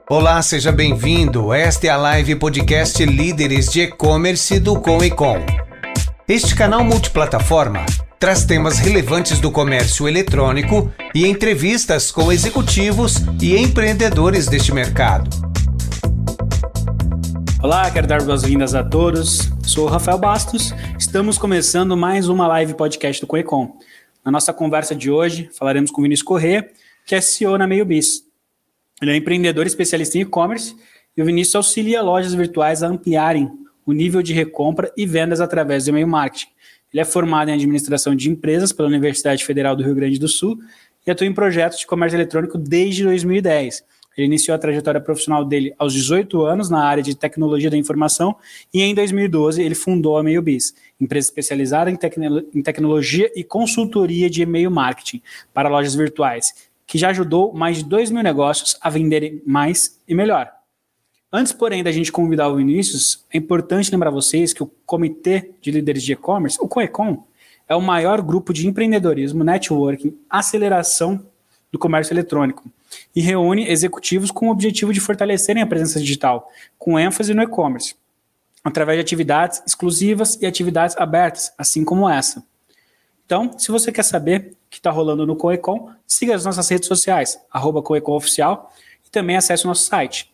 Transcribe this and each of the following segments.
Olá, seja bem-vindo. Esta é a live podcast Líderes de E-Commerce do Com&Com. Este canal multiplataforma traz temas relevantes do comércio eletrônico e entrevistas com executivos e empreendedores deste mercado. Olá, quero dar boas-vindas a todos. Sou o Rafael Bastos. Estamos começando mais uma live podcast do Com&Com. Na nossa conversa de hoje, falaremos com o Vinícius Corrêa, que é CEO na MeioBiz. Ele é empreendedor especialista em e-commerce e o Vinícius auxilia lojas virtuais a ampliarem o nível de recompra e vendas através do e-mail marketing. Ele é formado em administração de empresas pela Universidade Federal do Rio Grande do Sul e atua em projetos de comércio eletrônico desde 2010. Ele iniciou a trajetória profissional dele aos 18 anos na área de tecnologia da informação e em 2012 ele fundou a MeioBiz, empresa especializada em tecnologia e consultoria de e-mail marketing para lojas virtuais, que já ajudou mais de 2.000 negócios a venderem mais e melhor. Antes, porém, da gente convidar o Vinícius, é importante lembrar vocês que o Comitê de Líderes de E-Commerce, o Com&Com, é o maior grupo de empreendedorismo, networking, aceleração do comércio eletrônico e reúne executivos com o objetivo de fortalecerem a presença digital, com ênfase no e-commerce, através de atividades exclusivas e atividades abertas, assim como essa. Então, se você quer saber o que está rolando no Com&Com, siga as nossas redes sociais, @Com&Com-oficial, e também acesse o nosso site,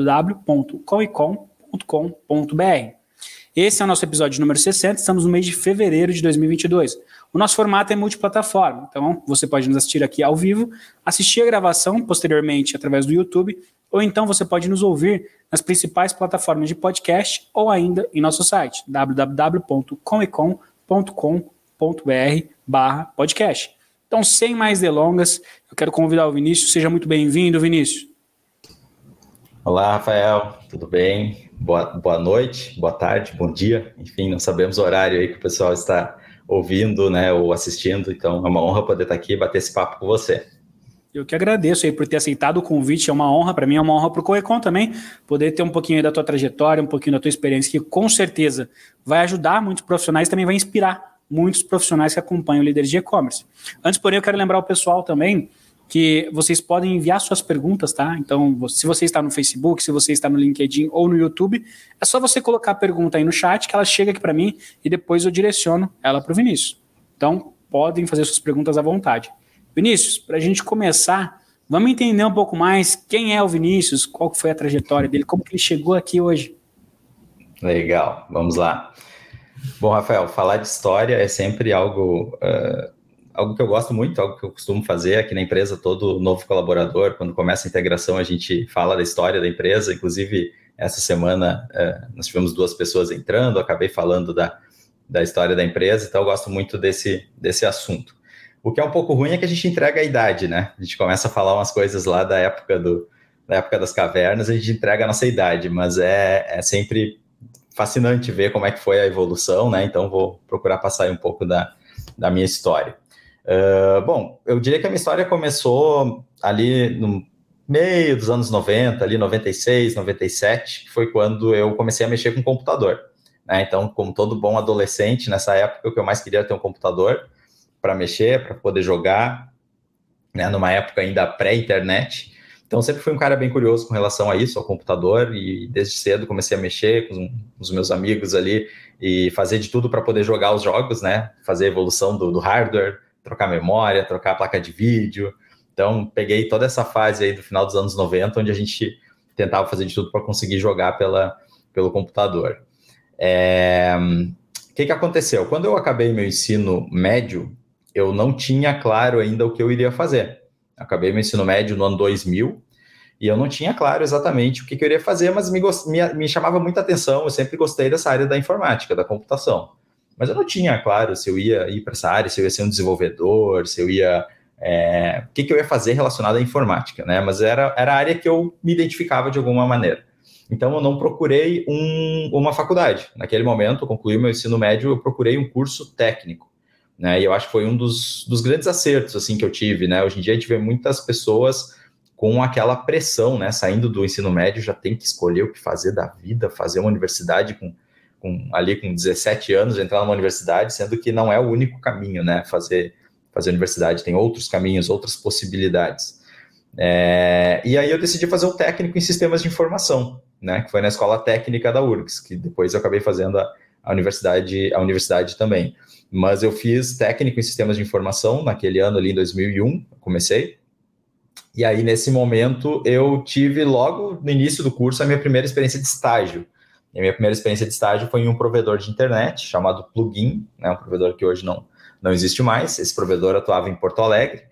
www.coecom.com.br. Esse é o nosso episódio número 60, estamos no mês de fevereiro de 2022. O nosso formato é multiplataforma, então você pode nos assistir aqui ao vivo, assistir a gravação posteriormente através do YouTube, ou então você pode nos ouvir nas principais plataformas de podcast ou ainda em nosso site, www.coecom.com.br/podcast. Então, sem mais delongas, eu quero convidar o Vinícius. Seja muito bem-vindo, Vinícius. Olá, Rafael. Tudo bem? Boa noite, boa tarde, bom dia. Enfim, não sabemos o horário aí que o pessoal está ouvindo, né, ou assistindo. Então, é uma honra poder estar aqui e bater esse papo com você. Eu que agradeço aí por ter aceitado o convite. É uma honra para mim, é uma honra para o Com&Com também, poder ter um pouquinho da tua trajetória, um pouquinho da tua experiência, que com certeza vai ajudar muitos profissionais e também vai inspirar muitos profissionais que acompanham líderes de e-commerce. Antes, porém, eu quero lembrar o pessoal também que vocês podem enviar suas perguntas, tá? Então, se você está no Facebook, se você está no LinkedIn ou no YouTube, é só você colocar a pergunta aí no chat que ela chega aqui para mim e depois eu direciono ela para o Vinícius. Então, podem fazer suas perguntas à vontade. Vinícius, para a gente começar, vamos entender um pouco mais quem é o Vinícius, qual foi a trajetória dele, como que ele chegou aqui hoje. Legal, vamos lá. Bom, Rafael, falar de história é sempre algo que eu gosto muito, algo que eu costumo fazer aqui na empresa. Todo novo colaborador, quando começa a integração, a gente fala da história da empresa. Inclusive, essa semana nós tivemos 2 pessoas entrando, acabei falando da história da empresa, então eu gosto muito desse assunto. O que é um pouco ruim é que a gente entrega a idade, né? A gente começa a falar umas coisas lá da época das cavernas, a gente entrega a nossa idade, mas é sempre fascinante ver como é que foi a evolução, né? Então vou procurar passar aí um pouco da minha história. Bom, eu diria que a minha história começou ali no meio dos anos 90, ali 96, 97, que foi quando eu comecei a mexer com computador, né? Então, como todo bom adolescente, nessa época o que eu mais queria era ter um computador para mexer, para poder jogar, né? Numa época ainda pré-internet. Então, sempre fui um cara bem curioso com relação a isso, ao computador, e desde cedo comecei a mexer com os meus amigos ali e fazer de tudo para poder jogar os jogos, né? Fazer a evolução do hardware, trocar memória, trocar a placa de vídeo. Então, peguei toda essa fase aí do final dos anos 90, onde a gente tentava fazer de tudo para conseguir jogar pelo computador. O que aconteceu? Quando eu acabei meu ensino médio, eu não tinha claro ainda o que eu iria fazer. Acabei meu ensino médio no ano 2000 e eu não tinha claro exatamente o que eu iria fazer, mas me chamava muita atenção. Eu sempre gostei dessa área da informática, da computação. Mas eu não tinha claro se eu ia ir para essa área, se eu ia ser um desenvolvedor, se eu ia... o que eu ia fazer relacionado à informática, né? Mas era a área que eu me identificava de alguma maneira. Então, eu não procurei uma faculdade. Naquele momento, eu concluí meu ensino médio, eu procurei um curso técnico, né? E eu acho que foi um dos grandes acertos assim, que eu tive, né? Hoje em dia a gente vê muitas pessoas com aquela pressão, né? Saindo do ensino médio, já tem que escolher o que fazer da vida, fazer uma universidade ali com 17 anos, entrar numa universidade, sendo que não é o único caminho, né? Fazer universidade, tem outros caminhos, outras possibilidades. E aí eu decidi fazer o técnico em sistemas de informação, né, que foi na escola técnica da URGS, que depois eu acabei fazendo a universidade também. Mas eu fiz técnico em sistemas de informação naquele ano ali, em 2001, comecei. E aí, nesse momento, eu tive logo no início do curso a minha primeira experiência de estágio. E a minha primeira experiência de estágio foi em um provedor de internet chamado Plugin, né, um provedor que hoje não existe mais. Esse provedor atuava em Porto Alegre.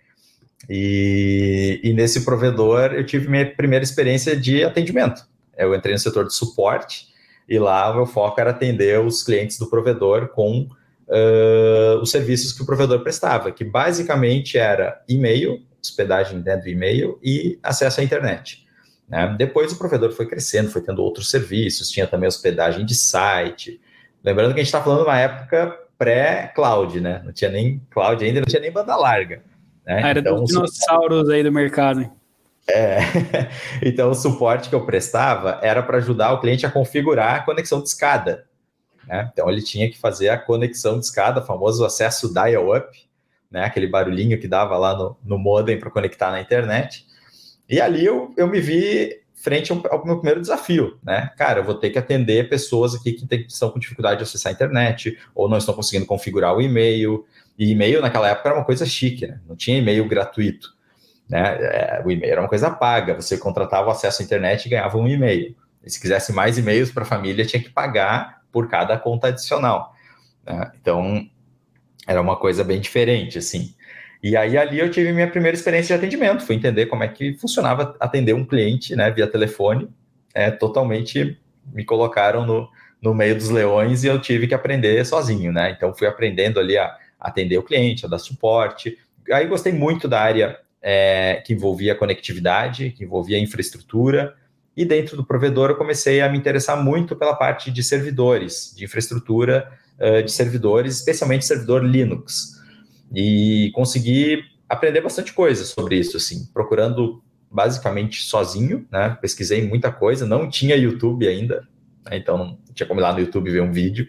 E nesse provedor eu tive minha primeira experiência de atendimento. Eu entrei no setor de suporte e lá o meu foco era atender os clientes do provedor com os serviços que o provedor prestava, que basicamente era e-mail, hospedagem dentro do e-mail e acesso à internet. Né? Depois o provedor foi crescendo, foi tendo outros serviços, tinha também hospedagem de site. Lembrando que a gente está falando de uma época pré-cloud, né? Não tinha nem cloud ainda, não tinha nem banda larga. Né? Era então, dos dinossauros aí do mercado. Hein? Então o suporte que eu prestava era para ajudar o cliente a configurar a conexão de escada. Né? Então ele tinha que fazer a conexão de escada, o famoso acesso dial-up, né? Aquele barulhinho que dava lá no modem para conectar na internet. E ali eu me vi frente ao meu primeiro desafio, né? Cara, eu vou ter que atender pessoas aqui que estão com dificuldade de acessar a internet ou não estão conseguindo configurar o e-mail. E e-mail naquela época era uma coisa chique, né? Não tinha e-mail gratuito. Né? O e-mail era uma coisa paga. Você contratava o acesso à internet e ganhava um e-mail. E se quisesse mais e-mails para a família, tinha que pagar por cada conta adicional. Né? Então, era uma coisa bem diferente, assim. E aí, ali eu tive minha primeira experiência de atendimento. Fui entender como é que funcionava atender um cliente, né, via telefone. Totalmente me colocaram no meio dos leões e eu tive que aprender sozinho, né? Então, fui aprendendo ali a atender o cliente, a dar suporte. Aí, gostei muito da área que envolvia conectividade, que envolvia infraestrutura. E dentro do provedor eu comecei a me interessar muito pela parte de servidores, de infraestrutura de servidores, especialmente servidor Linux. E consegui aprender bastante coisa sobre isso, assim, procurando basicamente sozinho, né? Pesquisei muita coisa, não tinha YouTube ainda, né? Então não tinha como ir lá no YouTube ver um vídeo.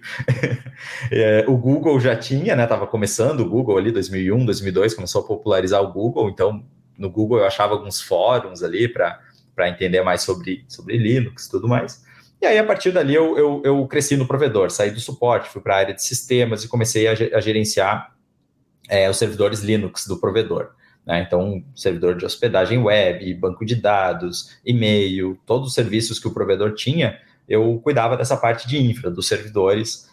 O Google já tinha, né? Tava começando o Google ali, 2001, 2002, começou a popularizar o Google, então no Google eu achava alguns fóruns ali para entender mais sobre Linux e tudo mais. E aí, a partir dali, eu cresci no provedor, saí do suporte, fui para a área de sistemas e comecei a gerenciar os servidores Linux do provedor. Né? Então, servidor de hospedagem web, banco de dados, e-mail, todos os serviços que o provedor tinha, eu cuidava dessa parte de infra, dos servidores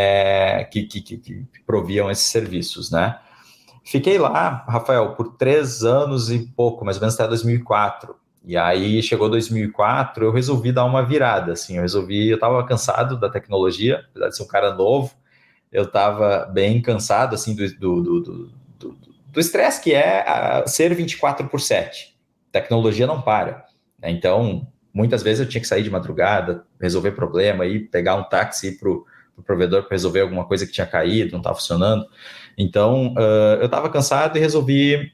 que proviam esses serviços. Né? Fiquei lá, Rafael, por 3 anos e pouco, mais ou menos até 2004. E aí chegou 2004, eu resolvi dar uma virada, assim, eu estava cansado da tecnologia, apesar de ser um cara novo, eu estava bem cansado, assim, do estresse que é ser 24/7. Tecnologia não para, né? Então, muitas vezes eu tinha que sair de madrugada, resolver problema, pegar um táxi, ir pro provedor para resolver alguma coisa que tinha caído, não estava funcionando. Então, eu estava cansado e resolvi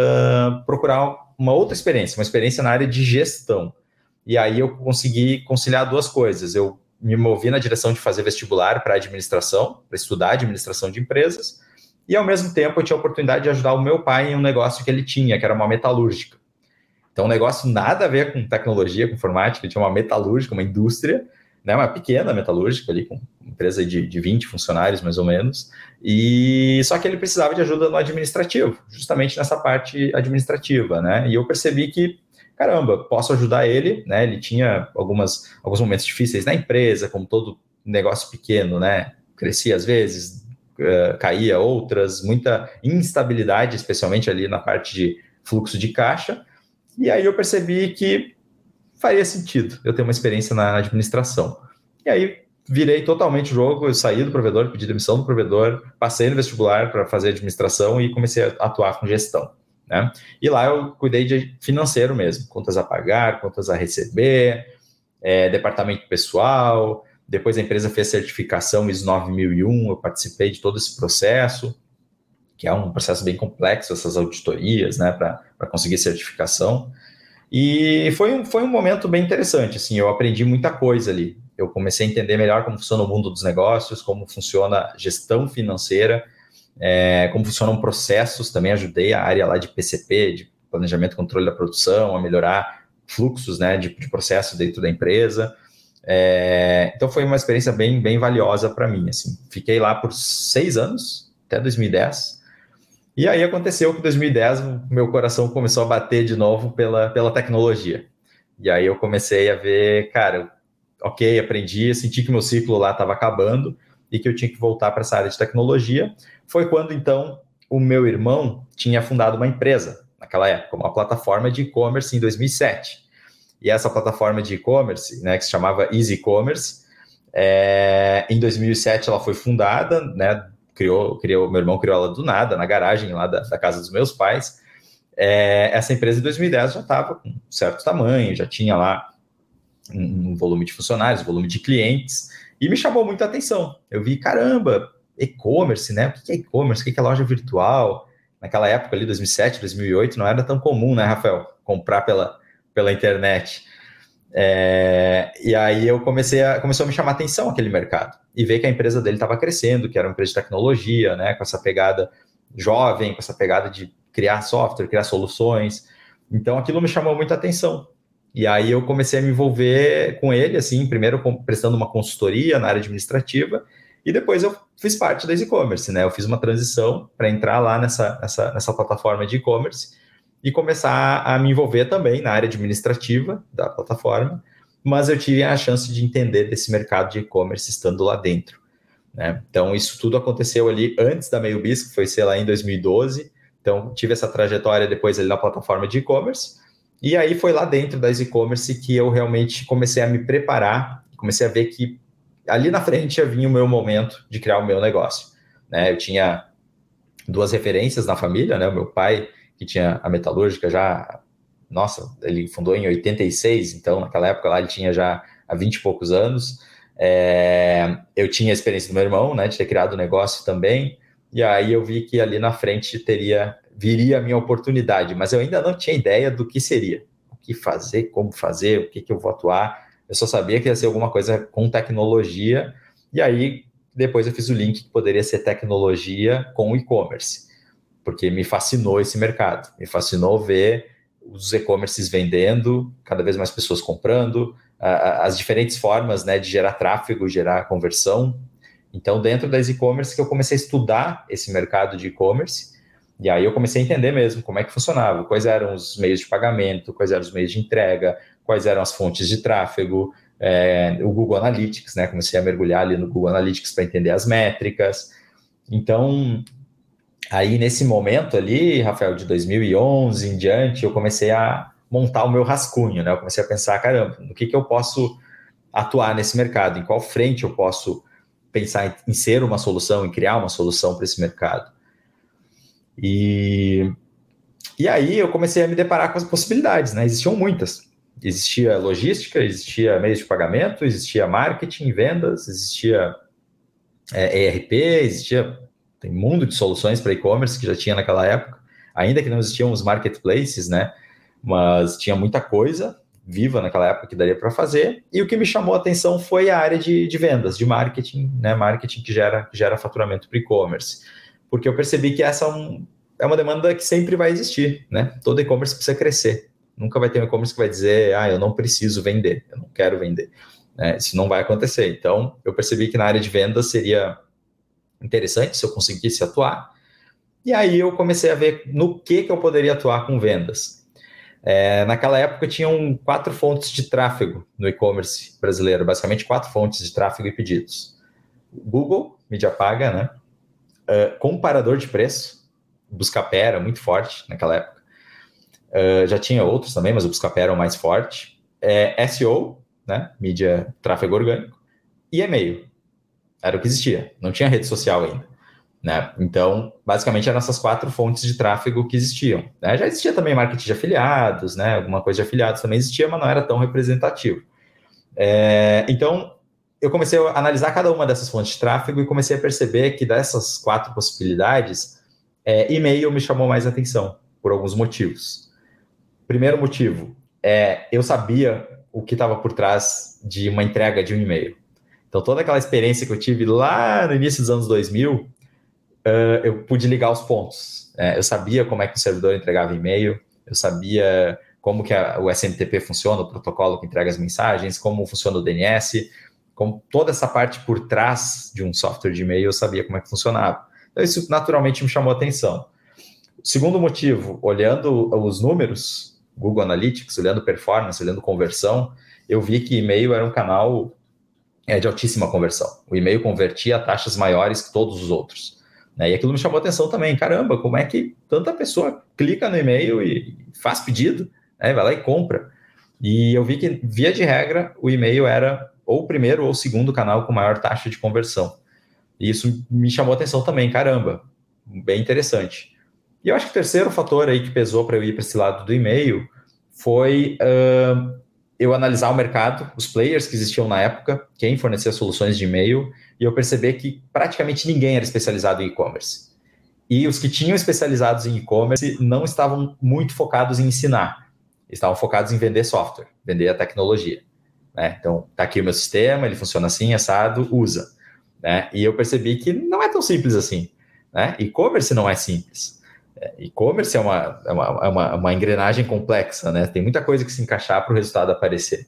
procurar uma outra experiência, uma experiência na área de gestão. E aí eu consegui conciliar 2 coisas. Eu me movi na direção de fazer vestibular para administração, para estudar administração de empresas, e ao mesmo tempo eu tinha a oportunidade de ajudar o meu pai em um negócio que ele tinha, que era uma metalúrgica. Então, um negócio nada a ver com tecnologia, com informática, ele tinha uma metalúrgica, uma indústria, né, uma pequena metalúrgica ali, com uma empresa de 20 funcionários, mais ou menos, e só que ele precisava de ajuda no administrativo, justamente nessa parte administrativa, né, e eu percebi que, caramba, posso ajudar ele, né, ele tinha alguns momentos difíceis na empresa, como todo negócio pequeno, né, crescia às vezes, caía outras, muita instabilidade, especialmente ali na parte de fluxo de caixa, e aí eu percebi que faria sentido eu ter uma experiência na administração. E aí virei totalmente o jogo, eu saí do provedor, pedi demissão do provedor, passei no vestibular para fazer administração e comecei a atuar com gestão. Né? E lá eu cuidei de financeiro mesmo, contas a pagar, contas a receber, departamento pessoal, depois a empresa fez certificação ISO 9001, eu participei de todo esse processo, que é um processo bem complexo, essas auditorias, né, para conseguir certificação. E foi um momento bem interessante, assim, eu aprendi muita coisa ali. Eu comecei a entender melhor como funciona o mundo dos negócios, como funciona a gestão financeira, como funcionam processos, também ajudei a área lá de PCP, de planejamento e controle da produção, a melhorar fluxos, né, de processo dentro da empresa. Então foi uma experiência bem, bem valiosa para mim. Assim. Fiquei lá por 6 anos, até 2010. E aí aconteceu que em 2010 o meu coração começou a bater de novo pela tecnologia. E aí eu comecei a ver, cara, ok, aprendi, senti que meu ciclo lá estava acabando e que eu tinha que voltar para essa área de tecnologia. Foi quando, então, o meu irmão tinha fundado uma empresa, naquela época, uma plataforma de e-commerce em 2007. E essa plataforma de e-commerce, né, que se chamava Easy Commerce, em 2007 ela foi fundada, né, meu irmão criou ela do nada, na garagem lá da casa dos meus pais. Essa empresa em 2010 já estava com um certo tamanho, já tinha lá um volume de funcionários, volume de clientes, e me chamou muita atenção. Eu vi, caramba, e-commerce, né? O que é e-commerce? O que é loja virtual? Naquela época ali, 2007, 2008, não era tão comum, né, Rafael? Comprar pela internet. E aí começou a me chamar a atenção aquele mercado. E ver que a empresa dele estava crescendo, que era uma empresa de tecnologia, né? Com essa pegada jovem, com essa pegada de criar software, criar soluções. Então, aquilo me chamou muita atenção. E aí eu comecei a me envolver com ele, assim, primeiro prestando uma consultoria na área administrativa, e depois eu fiz parte da e-commerce, né? Eu fiz uma transição para entrar lá nessa plataforma de e-commerce e começar a me envolver também na área administrativa da plataforma, mas eu tive a chance de entender desse mercado de e-commerce estando lá dentro, né? Então, isso tudo aconteceu ali antes da MeioBiz, que foi, sei lá, em 2012. Então, tive essa trajetória depois ali na plataforma de e-commerce, e aí foi lá dentro das e-commerce que eu realmente comecei a me preparar, comecei a ver que ali na frente já vinha o meu momento de criar o meu negócio, né? Eu tinha 2 referências na família, né? O meu pai, que tinha a metalúrgica já, nossa, ele fundou em 86, então naquela época lá ele tinha já há 20 e poucos anos. Eu tinha a experiência do meu irmão, né, de ter criado o negócio também, e aí eu vi que ali na frente viria a minha oportunidade, mas eu ainda não tinha ideia do que seria, o que fazer, como fazer, o que eu vou atuar. Eu só sabia que ia ser alguma coisa com tecnologia, e aí depois eu fiz o link que poderia ser tecnologia com e-commerce, porque me fascinou esse mercado, me fascinou ver os e-commerces vendendo, cada vez mais pessoas comprando, as diferentes formas, né, de gerar tráfego, gerar conversão. Então, dentro das e-commerce que eu comecei a estudar esse mercado de e-commerce, e aí eu comecei a entender mesmo como é que funcionava, quais eram os meios de pagamento, quais eram os meios de entrega, quais eram as fontes de tráfego, o Google Analytics, né? Comecei a mergulhar ali no Google Analytics para entender as métricas. Então, aí nesse momento ali, Rafael, de 2011 em diante, eu comecei a montar o meu rascunho, né? Eu comecei a pensar, caramba, no que eu posso atuar nesse mercado, em qual frente eu posso pensar em ser uma solução, em criar uma solução para esse mercado. E aí eu comecei a me deparar com as possibilidades, né? Existiam muitas. Existia logística, existia meios de pagamento, existia marketing, vendas, existia ERP, tem um mundo de soluções para e-commerce que já tinha naquela época, ainda que não existiam os marketplaces, né? Mas tinha muita coisa viva naquela época que daria para fazer, e o que me chamou a atenção foi a área de vendas, de marketing, né? Marketing que gera faturamento para e-commerce, porque eu percebi que essa é uma demanda que sempre vai existir, né? Todo e-commerce precisa crescer. Nunca vai ter um e-commerce que vai dizer, eu não preciso vender, eu não quero vender. Isso não vai acontecer. Então, eu percebi que na área de vendas seria interessante se eu conseguisse atuar. E aí eu comecei a ver no que eu poderia atuar com vendas. Naquela época, tinham 4 fontes de tráfego no e-commerce brasileiro, basicamente 4 fontes de tráfego e pedidos. Google, mídia paga, né? Comparador de preço, o Buscapé era muito forte naquela época. Já tinha outros também, mas o Buscapé era o mais forte. SEO, né? Mídia, tráfego orgânico, e e-mail. Era o que existia, não tinha rede social ainda, né? Então, basicamente, eram essas 4 fontes de tráfego que existiam, né? Já existia também marketing de afiliados, né? Alguma coisa de afiliados também existia, mas não era tão representativo. Então, eu comecei a analisar cada uma dessas fontes de tráfego e comecei a perceber que dessas 4 possibilidades, e-mail me chamou mais atenção, por alguns motivos. Primeiro motivo, eu sabia o que estava por trás de uma entrega de um e-mail. Então, toda aquela experiência que eu tive lá no início dos anos 2000, eu pude ligar os pontos. Eu sabia como é que o servidor entregava e-mail, eu sabia como que o SMTP funciona, o protocolo que entrega as mensagens, como funciona o DNS, como toda essa parte por trás de um software de e-mail, eu sabia como é que funcionava. Então, isso naturalmente me chamou a atenção. Segundo motivo, olhando os números, Google Analytics, olhando performance, olhando conversão, eu vi que e-mail era um canal de altíssima conversão. O e-mail convertia a taxas maiores que todos os outros. Né? E aquilo me chamou a atenção também. Caramba, como é que tanta pessoa clica no e-mail e faz pedido, né? Vai lá e compra. E eu vi que, via de regra, o e-mail era ou o primeiro ou o segundo canal com maior taxa de conversão. E isso me chamou a atenção também. Caramba, bem interessante. E eu acho que o terceiro fator aí que pesou para eu ir para esse lado do e-mail foi eu analisar o mercado, os players que existiam na época, quem fornecia soluções de e-mail, e eu perceber que praticamente ninguém era especializado em e-commerce. E os que tinham especializados em e-commerce não estavam muito focados em ensinar, estavam focados em vender software, vender a tecnologia. Né? Então, tá aqui o meu sistema, ele funciona assim, assado, usa. Né? E eu percebi que não é tão simples assim. Né? E-commerce não é simples. E-commerce é uma engrenagem complexa, né? Tem muita coisa que se encaixar para o resultado aparecer.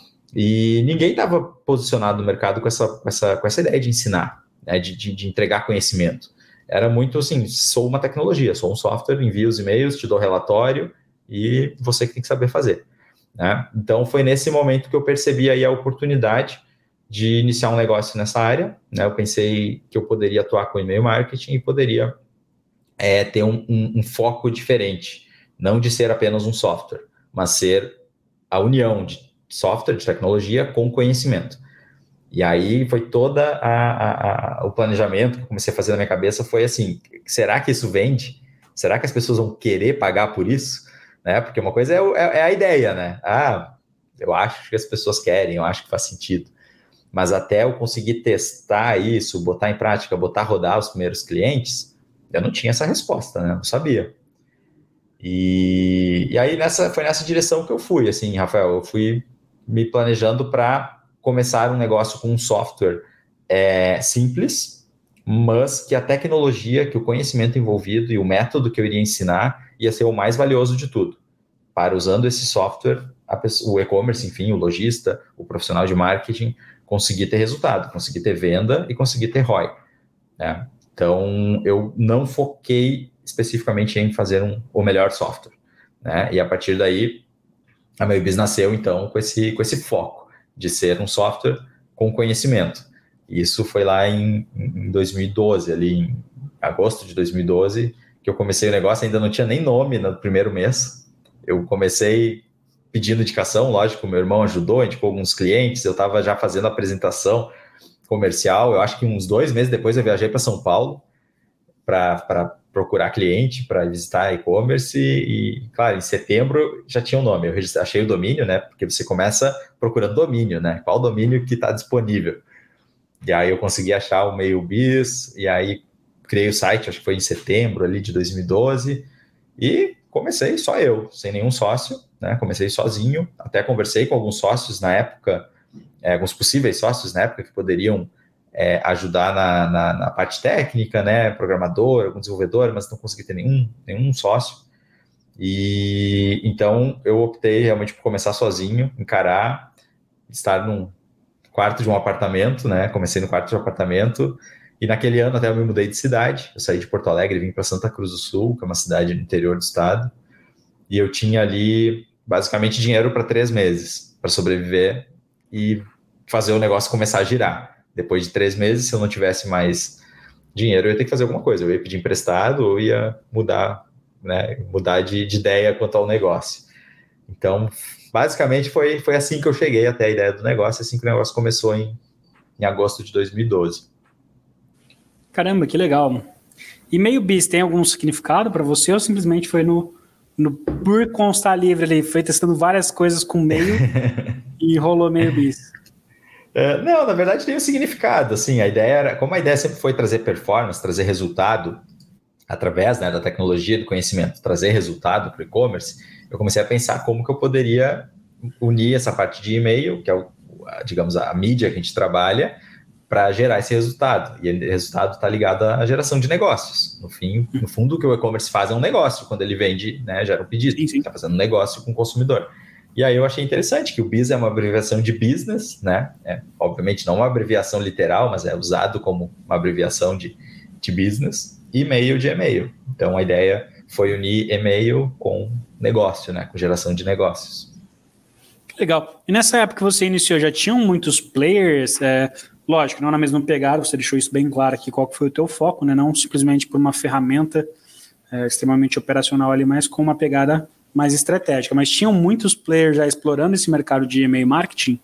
E ninguém estava posicionado no mercado com essa ideia de ensinar, né? de entregar conhecimento. Era muito assim, sou uma tecnologia, sou um software, envio os e-mails, te dou relatório e você que tem que saber fazer. Né? Então foi nesse momento que eu percebi aí a oportunidade de iniciar um negócio nessa área. Né? Eu pensei que eu poderia atuar com e-mail marketing e poderia ter um foco diferente, não de ser apenas um software, mas ser a união de software, de tecnologia com conhecimento. E aí foi toda o planejamento que eu comecei a fazer na minha cabeça foi assim, será que isso vende? Será que as pessoas vão querer pagar por isso? Né? Porque uma coisa é a ideia, né? Eu acho que as pessoas querem, eu acho que faz sentido. Mas até eu conseguir testar isso, botar em prática, botar a rodar os primeiros clientes, eu não tinha essa resposta, né? Eu não sabia. E aí foi nessa direção que eu fui, assim, Rafael. Eu fui me planejando para começar um negócio com um software simples, mas que a tecnologia, que o conhecimento envolvido e o método que eu iria ensinar ia ser o mais valioso de tudo. Para, usando esse software, o e-commerce, enfim, o lojista, o profissional de marketing, conseguir ter resultado, conseguir ter venda e conseguir ter ROI. Né? Então, eu não foquei especificamente em fazer o melhor software. Né? E a partir daí, a MailBiz nasceu, então, com esse foco de ser um software com conhecimento. Isso foi lá em 2012, ali em agosto de 2012, que eu comecei o negócio, ainda não tinha nem nome no primeiro mês. Eu comecei pedindo indicação, lógico, meu irmão ajudou, indicou alguns clientes, eu estava já fazendo a apresentação comercial. Eu acho que uns 2 meses depois eu viajei para São Paulo para procurar cliente, para visitar e-commerce e, claro, em setembro já tinha um nome. Eu achei o domínio, né? Porque você começa procurando domínio, né? Qual domínio que está disponível? E aí eu consegui achar o MailBiz e aí criei o site, acho que foi em setembro ali de 2012 e comecei só eu, sem nenhum sócio, né? Comecei sozinho, até conversei com alguns sócios na época, alguns possíveis sócios na época que poderiam ajudar na parte técnica, né, programador, algum desenvolvedor, mas não consegui ter nenhum sócio. E então eu optei realmente por começar sozinho, encarar, estar num quarto de um apartamento, né, comecei no quarto de um apartamento, e naquele ano até eu me mudei de cidade, eu saí de Porto Alegre e vim para Santa Cruz do Sul, que é uma cidade no interior do estado, e eu tinha ali basicamente dinheiro para 3 meses, para sobreviver e fazer o negócio começar a girar. Depois de 3 meses, se eu não tivesse mais dinheiro, eu ia ter que fazer alguma coisa. Eu ia pedir emprestado ou ia mudar, né, mudar de ideia quanto ao negócio. Então, basicamente, foi assim que eu cheguei até a ideia do negócio, assim que o negócio começou em agosto de 2012. Caramba, que legal. E MailBiz tem algum significado para você ou simplesmente foi no por constar livre ali, foi testando várias coisas com mail e rolou MailBiz? Não, na verdade tem um significado, assim, a ideia era, como a ideia sempre foi trazer performance, trazer resultado através, né, da tecnologia, do conhecimento, trazer resultado para o e-commerce, eu comecei a pensar como que eu poderia unir essa parte de e-mail, que é, digamos, a mídia que a gente trabalha, para gerar esse resultado. E o resultado está ligado à geração de negócios. No fundo, o que o e-commerce faz é um negócio. Quando ele vende, né, gera um pedido. Está fazendo um negócio com o consumidor. E aí eu achei interessante que o BIS é uma abreviação de business, né? Obviamente não uma abreviação literal, mas é usado como uma abreviação de business, e e-mail de e-mail. Então a ideia foi unir e-mail com negócio, né? Com geração de negócios. Legal. E nessa época que você iniciou, já tinham muitos players? Lógico, não na mesma pegada, você deixou isso bem claro aqui, qual que foi o teu foco, né? Não simplesmente por uma ferramenta extremamente operacional ali, mas com uma pegada mais estratégica. Mas tinham muitos players já explorando esse mercado de e-mail marketing?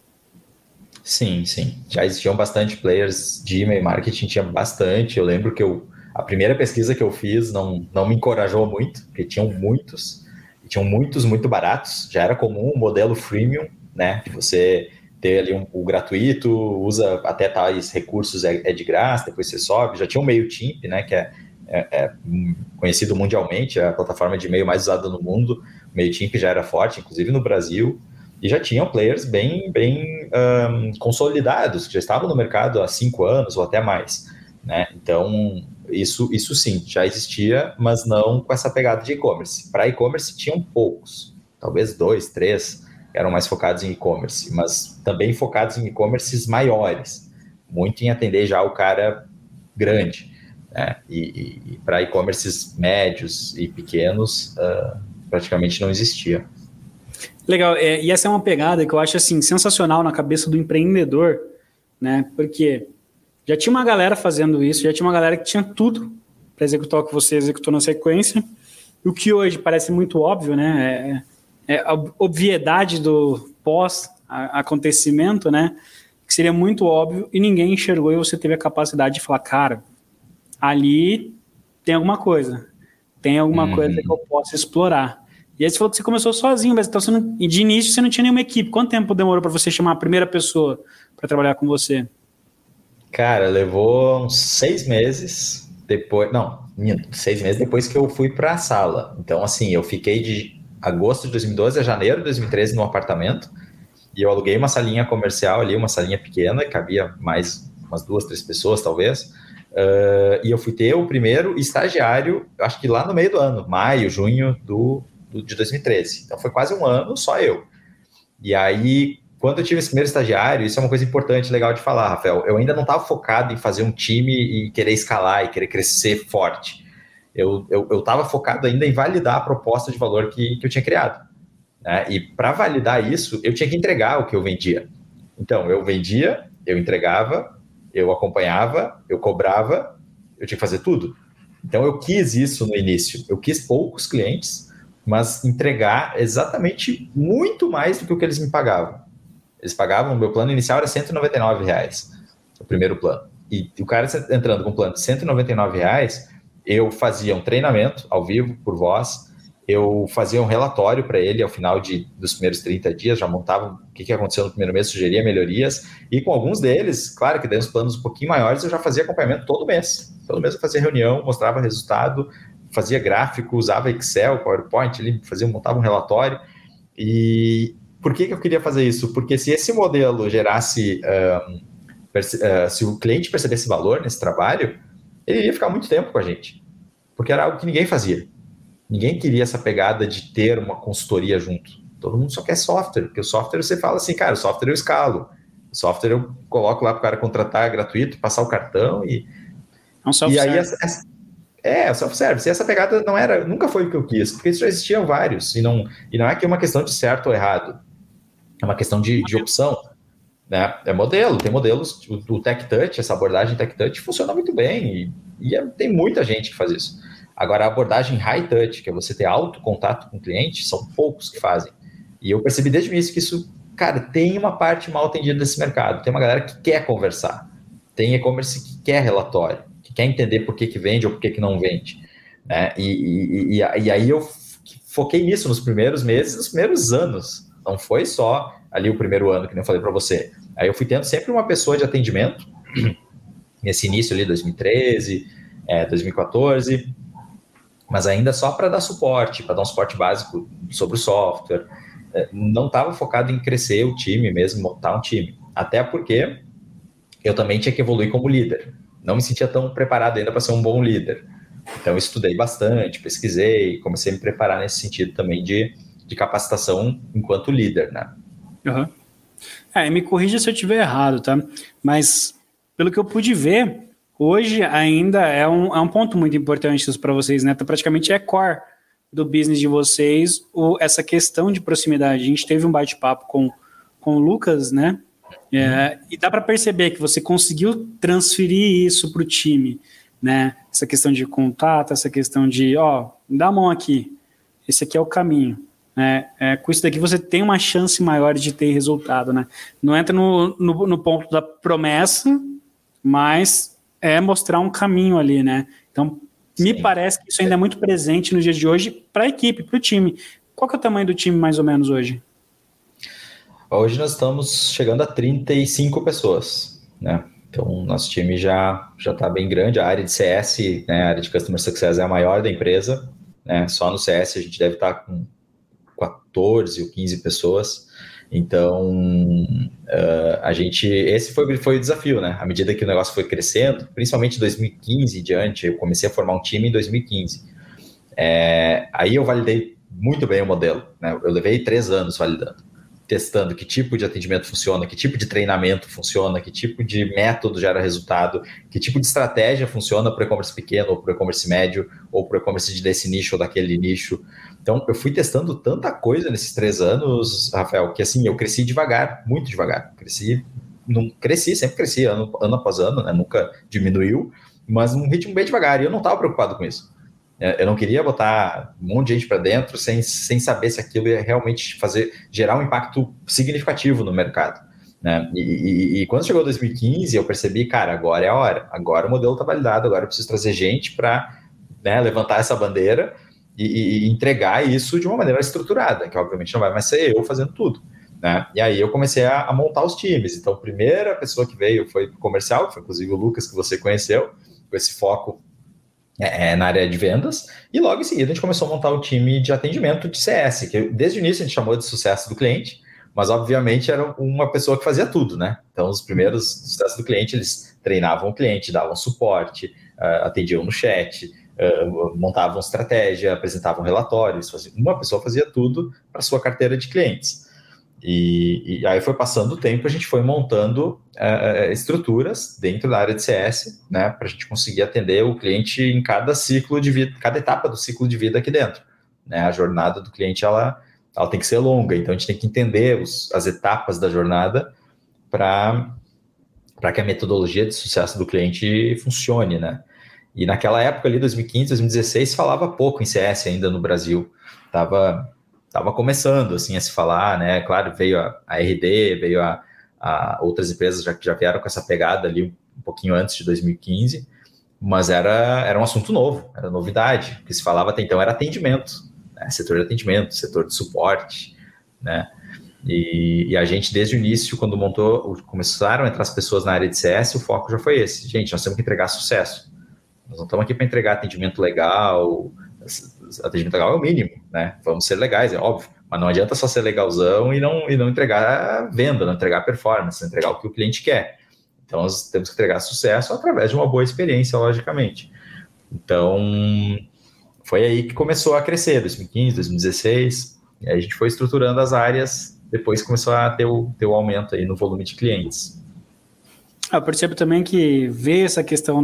Sim. Já existiam bastante players de e-mail marketing, tinha bastante. Eu lembro que a primeira pesquisa que eu fiz não me encorajou muito, porque tinham muitos muito baratos. Já era comum o modelo freemium, né? De você ter ali o gratuito, usa até tais recursos, é de graça, depois você sobe. Já tinha o MailChimp, né? Que é conhecido mundialmente, é a plataforma de e-mail mais usada no mundo. O MailChimp já era forte, inclusive no Brasil. E já tinham players bem consolidados, que já estavam no mercado há 5 anos ou até mais, né? Então, isso sim, já existia, mas não com essa pegada de e-commerce. Para e-commerce tinham poucos, talvez 2, 3, eram mais focados em e-commerce, mas também focados em e-commerces maiores, muito em atender já o cara grande, né? E para e-commerces médios e pequenos, praticamente não existia. Legal, e essa é uma pegada que eu acho assim, sensacional na cabeça do empreendedor, né? Porque já tinha uma galera fazendo isso, já tinha uma galera que tinha tudo para executar o que você executou na sequência, e o que hoje parece muito óbvio, né? A obviedade do pós-acontecimento, né? Que seria muito óbvio e ninguém enxergou, e você teve a capacidade de falar, cara, ali tem alguma coisa que eu posso explorar. E aí você falou que você começou sozinho, mas então de início você não tinha nenhuma equipe. Quanto tempo demorou para você chamar a primeira pessoa para trabalhar com você? Cara, levou uns 6 meses depois... Não, 6 meses depois que eu fui para a sala. Então, assim, eu fiquei de agosto de 2012 a janeiro de 2013 num apartamento e eu aluguei uma salinha comercial ali, uma salinha pequena, que cabia mais umas 2, 3 pessoas, talvez. E eu fui ter o primeiro estagiário, acho que lá no meio do ano, maio, junho de 2013. Então foi quase um ano, só eu. E aí, quando eu tive esse primeiro estagiário, isso é uma coisa importante, legal de falar, Rafael, eu ainda não estava focado em fazer um time e querer escalar e querer crescer forte. Eu estava focado ainda em validar a proposta de valor que eu tinha criado, né? E para validar isso, eu tinha que entregar o que eu vendia. Então, eu vendia, eu entregava, eu acompanhava, eu cobrava, eu tinha que fazer tudo. Então, eu quis isso no início. Eu quis poucos clientes, mas entregar exatamente muito mais do que o que eles me pagavam. Eles pagavam, o meu plano inicial era R$199, o primeiro plano. E o cara entrando com um plano de R$199, eu fazia um treinamento ao vivo, por voz, eu fazia um relatório para ele ao final dos primeiros 30 dias, já montava o que aconteceu no primeiro mês, sugeria melhorias, e com alguns deles, claro que daí uns planos um pouquinho maiores, eu já fazia acompanhamento todo mês. Todo mês eu fazia reunião, mostrava resultado, fazia gráfico, usava Excel, PowerPoint, montava um relatório. E por que eu queria fazer isso? Porque se esse modelo gerasse, se o cliente percebesse valor nesse trabalho, ele iria ficar muito tempo com a gente, porque era algo que ninguém fazia. Ninguém queria essa pegada de ter uma consultoria junto. Todo mundo só quer software, porque o software você fala assim, cara, o software eu escalo, o software eu coloco lá para o cara contratar gratuito, passar o cartão e... É um self-service. O self-service. E essa pegada nunca foi o que eu quis, porque já existiam vários, e não é que é uma questão de certo ou errado, é uma questão de opção, né? É modelo, tem modelos, o Tech Touch, essa abordagem Tech Touch funciona muito bem, tem muita gente que faz isso. Agora, a abordagem High Touch, que é você ter alto contato com o cliente, são poucos que fazem. E eu percebi desde o início que isso, cara, tem uma parte mal atendida desse mercado, tem uma galera que quer conversar, tem e-commerce que quer relatório, que quer entender por que vende ou por que não vende, né? E aí eu foquei nisso nos primeiros meses, nos primeiros anos. Não foi só ali o primeiro ano, que nem eu falei para você. Aí eu fui tendo sempre uma pessoa de atendimento, nesse início ali, 2013, 2014, mas ainda só para dar suporte, para dar um suporte básico sobre o software. Não estava focado em crescer o time mesmo, montar um time. Até porque eu também tinha que evoluir como líder. Não me sentia tão preparado ainda para ser um bom líder. Então, eu estudei bastante, pesquisei, comecei a me preparar nesse sentido também de capacitação enquanto líder, né? Uhum. Me corrija se eu estiver errado, tá? Mas, pelo que eu pude ver, hoje ainda é um ponto muito importante isso para vocês, né? Então, praticamente é core do business de vocês, essa questão de proximidade. A gente teve um bate-papo com o Lucas, né? E dá para perceber que você conseguiu transferir isso para o time, né? Essa questão de contato, essa questão de, dá a mão aqui, esse aqui é o caminho. Com isso daqui você tem uma chance maior de ter resultado, né? Não entra no ponto da promessa, mas é mostrar um caminho ali, né? Então, me parece que isso ainda é muito presente nos dias de hoje para a equipe, para o time. Qual que é o tamanho do time mais ou menos hoje? Hoje nós estamos chegando a 35 pessoas, né? Então, nosso time já está bem grande. A área de CS, né, a área de Customer Success é a maior da empresa, né? Só no CS a gente deve estar com 14 ou 15 pessoas. Então, esse foi o desafio, né? À medida que o negócio foi crescendo, principalmente em 2015 e diante, eu comecei a formar um time em 2015. Aí eu validei muito bem o modelo, né? Eu levei 3 anos validando, testando que tipo de atendimento funciona, que tipo de treinamento funciona, que tipo de método gera resultado, que tipo de estratégia funciona para o e-commerce pequeno, ou para o e-commerce médio, ou para o e-commerce desse nicho ou daquele nicho. Então, eu fui testando tanta coisa nesses 3 anos, Rafael, que assim, eu cresci devagar, muito devagar. Sempre cresci ano após ano, né? Nunca diminuiu, mas num ritmo bem devagar, e eu não estava preocupado com isso. Eu não queria botar um monte de gente para dentro sem saber se aquilo ia realmente gerar um impacto significativo no mercado, né? E quando chegou 2015, eu percebi, cara, agora é a hora. Agora o modelo está validado, agora eu preciso trazer gente para, né, levantar essa bandeira e entregar isso de uma maneira estruturada, que obviamente não vai mais ser eu fazendo tudo, né? E aí eu comecei a montar os times. Então, a primeira pessoa que veio foi o comercial, que foi inclusive o Lucas, que você conheceu, com esse foco na área de vendas, e logo em seguida a gente começou a montar o time de atendimento de CS, que desde o início a gente chamou de sucesso do cliente, mas obviamente era uma pessoa que fazia tudo, né? Então os primeiros sucessos do cliente, eles treinavam o cliente, davam suporte, atendiam no chat, montavam estratégia, apresentavam relatórios, uma pessoa fazia tudo para a sua carteira de clientes. E aí foi passando o tempo, a gente foi montando estruturas dentro da área de CS, né, para a gente conseguir atender o cliente em cada ciclo de vida, cada etapa do ciclo de vida aqui dentro, né? A jornada do cliente ela tem que ser longa, então a gente tem que entender as etapas da jornada para que a metodologia de sucesso do cliente funcione, né? E naquela época ali, 2015, 2016, falava pouco em CS ainda no Brasil, Tava começando assim a se falar, né? Claro, veio a RD, veio a outras empresas que já vieram com essa pegada ali um pouquinho antes de 2015, mas era um assunto novo, era novidade. O que se falava até então era atendimento, né? Setor de atendimento, setor de suporte, né? E a gente, desde o início, quando começaram a entrar as pessoas na área de CS, o foco já foi esse. Gente, nós temos que entregar sucesso. Nós não estamos aqui para entregar atendimento legal. Atendimento legal é o mínimo, né? Vamos ser legais, é óbvio, mas não adianta só ser legalzão e não entregar a venda, não entregar a performance, entregar o que o cliente quer. Então, nós temos que entregar sucesso através de uma boa experiência, logicamente. Então, foi aí que começou a crescer, 2015, 2016, e aí a gente foi estruturando as áreas, depois começou a ter o aumento aí no volume de clientes. Eu percebo também que veio essa questão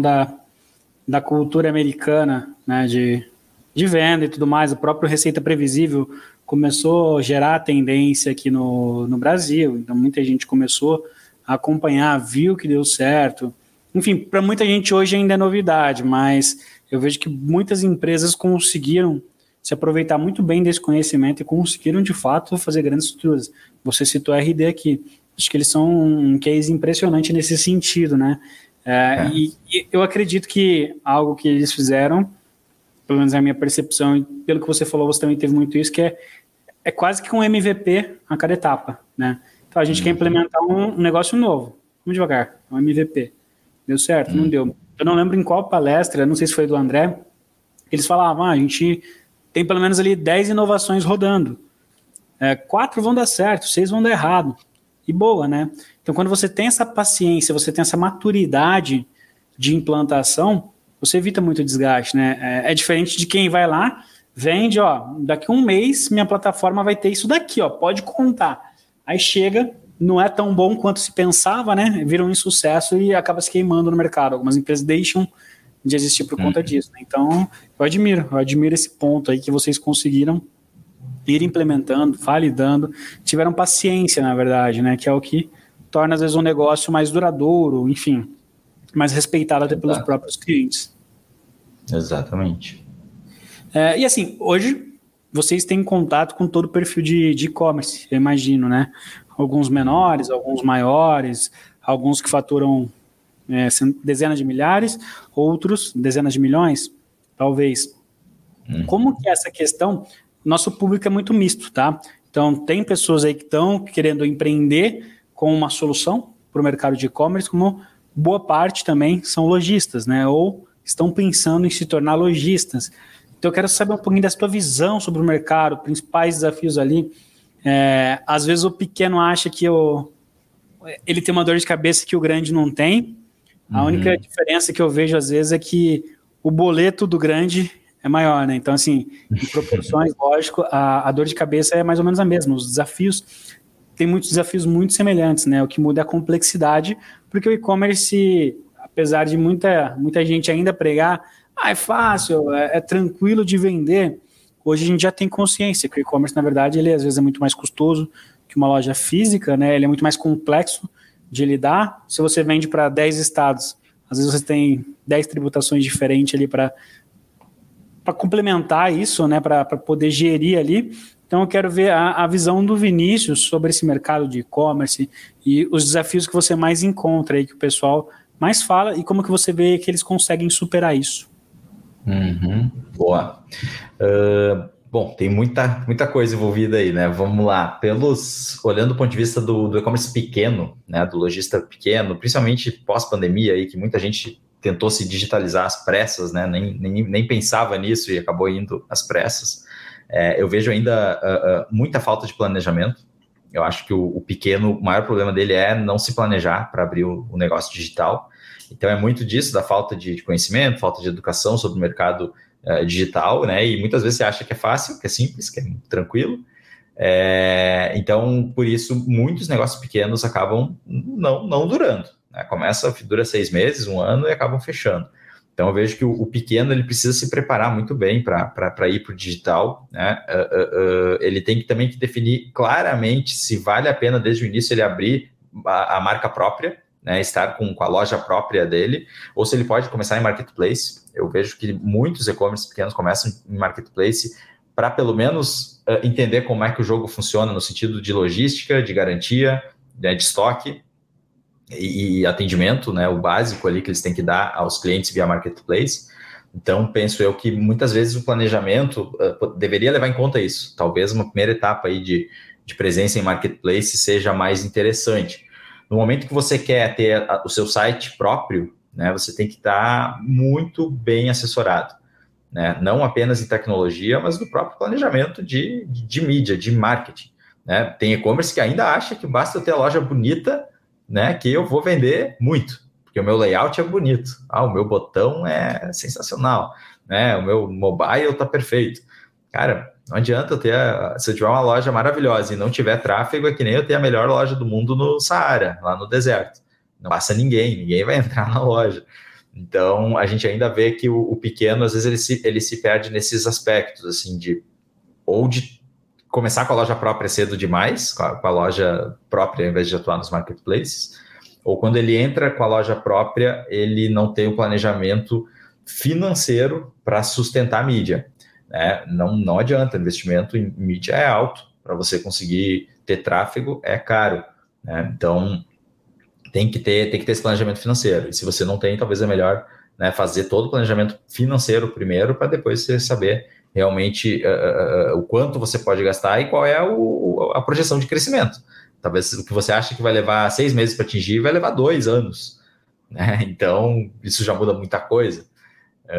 da cultura americana, né, de venda e tudo mais, a própria Receita Previsível começou a gerar tendência aqui no Brasil, então muita gente começou a acompanhar, viu que deu certo. Enfim, para muita gente hoje ainda é novidade, mas eu vejo que muitas empresas conseguiram se aproveitar muito bem desse conhecimento e conseguiram, de fato, fazer grandes estruturas. Você citou a RD aqui, acho que eles são um case impressionante nesse sentido, né? E eu acredito que algo que eles fizeram, pelo menos é a minha percepção, e pelo que você falou, você também teve muito isso, que é quase que um MVP a cada etapa, né? Então, a gente quer implementar um negócio novo. Vamos devagar, um MVP. Deu certo? Não deu. Eu não lembro em qual palestra, não sei se foi do André, eles falavam, a gente tem pelo menos ali 10 inovações rodando. 4 vão dar certo, 6 vão dar errado. e boa, né? Então, quando você tem essa paciência, você tem essa maturidade de implantação, você evita muito desgaste, né? É diferente de quem vai lá, vende, daqui a um mês minha plataforma vai ter isso daqui, pode contar. Aí chega, não é tão bom quanto se pensava, né? Vira um insucesso e acaba se queimando no mercado. Algumas empresas deixam de existir por conta disso, né? Então, eu admiro esse ponto aí que vocês conseguiram ir implementando, validando, tiveram paciência, na verdade, né? Que é o que torna, às vezes, um negócio mais duradouro, enfim, mais respeitado até pelos próprios clientes. Exatamente. E assim, hoje vocês têm contato com todo o perfil de e-commerce, eu imagino, né? Alguns menores, alguns maiores, alguns que faturam dezenas de milhares, outros dezenas de milhões, talvez. Como que é essa questão? Nosso público é muito misto, tá? Então, tem pessoas aí que estão querendo empreender com uma solução para o mercado de e-commerce, como boa parte também são lojistas, né? Ou estão pensando em se tornar lojistas. Então, eu quero saber um pouquinho da sua visão sobre o mercado, principais desafios ali. Às vezes o pequeno acha que ele tem uma dor de cabeça que o grande não tem. A única diferença que eu vejo, às vezes, é que o boleto do grande é maior, né? Então, assim, em proporções, lógico, a dor de cabeça é mais ou menos a mesma. Os desafios, tem muitos desafios muito semelhantes, né? O que muda é a complexidade, porque o e-commerce, apesar de muita gente ainda pregar, é fácil, é tranquilo de vender, hoje a gente já tem consciência que o e-commerce, na verdade, ele às vezes é muito mais custoso que uma loja física, né? Ele é muito mais complexo de lidar. Se você vende para 10 estados, às vezes você tem 10 tributações diferentes ali para complementar isso, né? Para poder gerir ali. Então eu quero ver a visão do Vinícius sobre esse mercado de e-commerce e os desafios que você mais encontra aí, que o pessoal mais fala, e como que você vê que eles conseguem superar isso. Boa. Bom, tem muita coisa envolvida aí, né? Vamos lá. Olhando do ponto de vista do e-commerce pequeno, né? Do lojista pequeno, principalmente pós-pandemia aí, que muita gente tentou se digitalizar às pressas, né? Nem pensava nisso e acabou indo às pressas. Eu vejo ainda muita falta de planejamento. Eu acho que o pequeno, o maior problema dele é não se planejar para abrir o negócio digital. Então, é muito disso, da falta de conhecimento, falta de educação sobre o mercado digital, né? E muitas vezes você acha que é fácil, que é simples, que é tranquilo. Então, por isso, muitos negócios pequenos acabam não durando, né? Dura 6 meses, 1 ano e acabam fechando. Então, eu vejo que o pequeno ele precisa se preparar muito bem para ir para o digital, né? Ele tem também que definir claramente se vale a pena, desde o início, ele abrir a marca própria, né, estar com a loja própria dele, ou se ele pode começar em marketplace. Eu vejo que muitos e-commerce pequenos começam em marketplace para, pelo menos, entender como é que o jogo funciona no sentido de logística, de garantia, né, de estoque e atendimento, né, o básico ali que eles têm que dar aos clientes via marketplace. Então, penso eu que muitas vezes o planejamento deveria levar em conta isso. Talvez uma primeira etapa aí de presença em marketplace seja mais interessante. No momento que você quer ter o seu site próprio, né, você tem que estar muito bem assessorado, né? Não apenas em tecnologia, mas no próprio planejamento de mídia, de marketing, né? Tem e-commerce que ainda acha que basta eu ter a loja bonita, né, que eu vou vender muito, porque o meu layout é bonito, o meu botão é sensacional, né? O meu mobile está perfeito. Cara, não adianta se eu tiver uma loja maravilhosa e não tiver tráfego, é que nem eu ter a melhor loja do mundo no Saara, lá no deserto. Não passa ninguém vai entrar na loja. Então, a gente ainda vê que o pequeno, às vezes, ele se perde nesses aspectos, assim, de começar com a loja própria cedo demais, com a loja própria, ao invés de atuar nos marketplaces, ou quando ele entra com a loja própria, ele não tem o planejamento financeiro para sustentar a mídia. Não adianta, o investimento em mídia é alto, para você conseguir ter tráfego é caro, né? Então tem que ter esse planejamento financeiro, e se você não tem, talvez é melhor, né, fazer todo o planejamento financeiro primeiro, para depois você saber realmente o quanto você pode gastar e qual é a projeção de crescimento. Talvez o que você acha que vai levar 6 meses para atingir vai levar 2 anos, né? Então isso já muda muita coisa.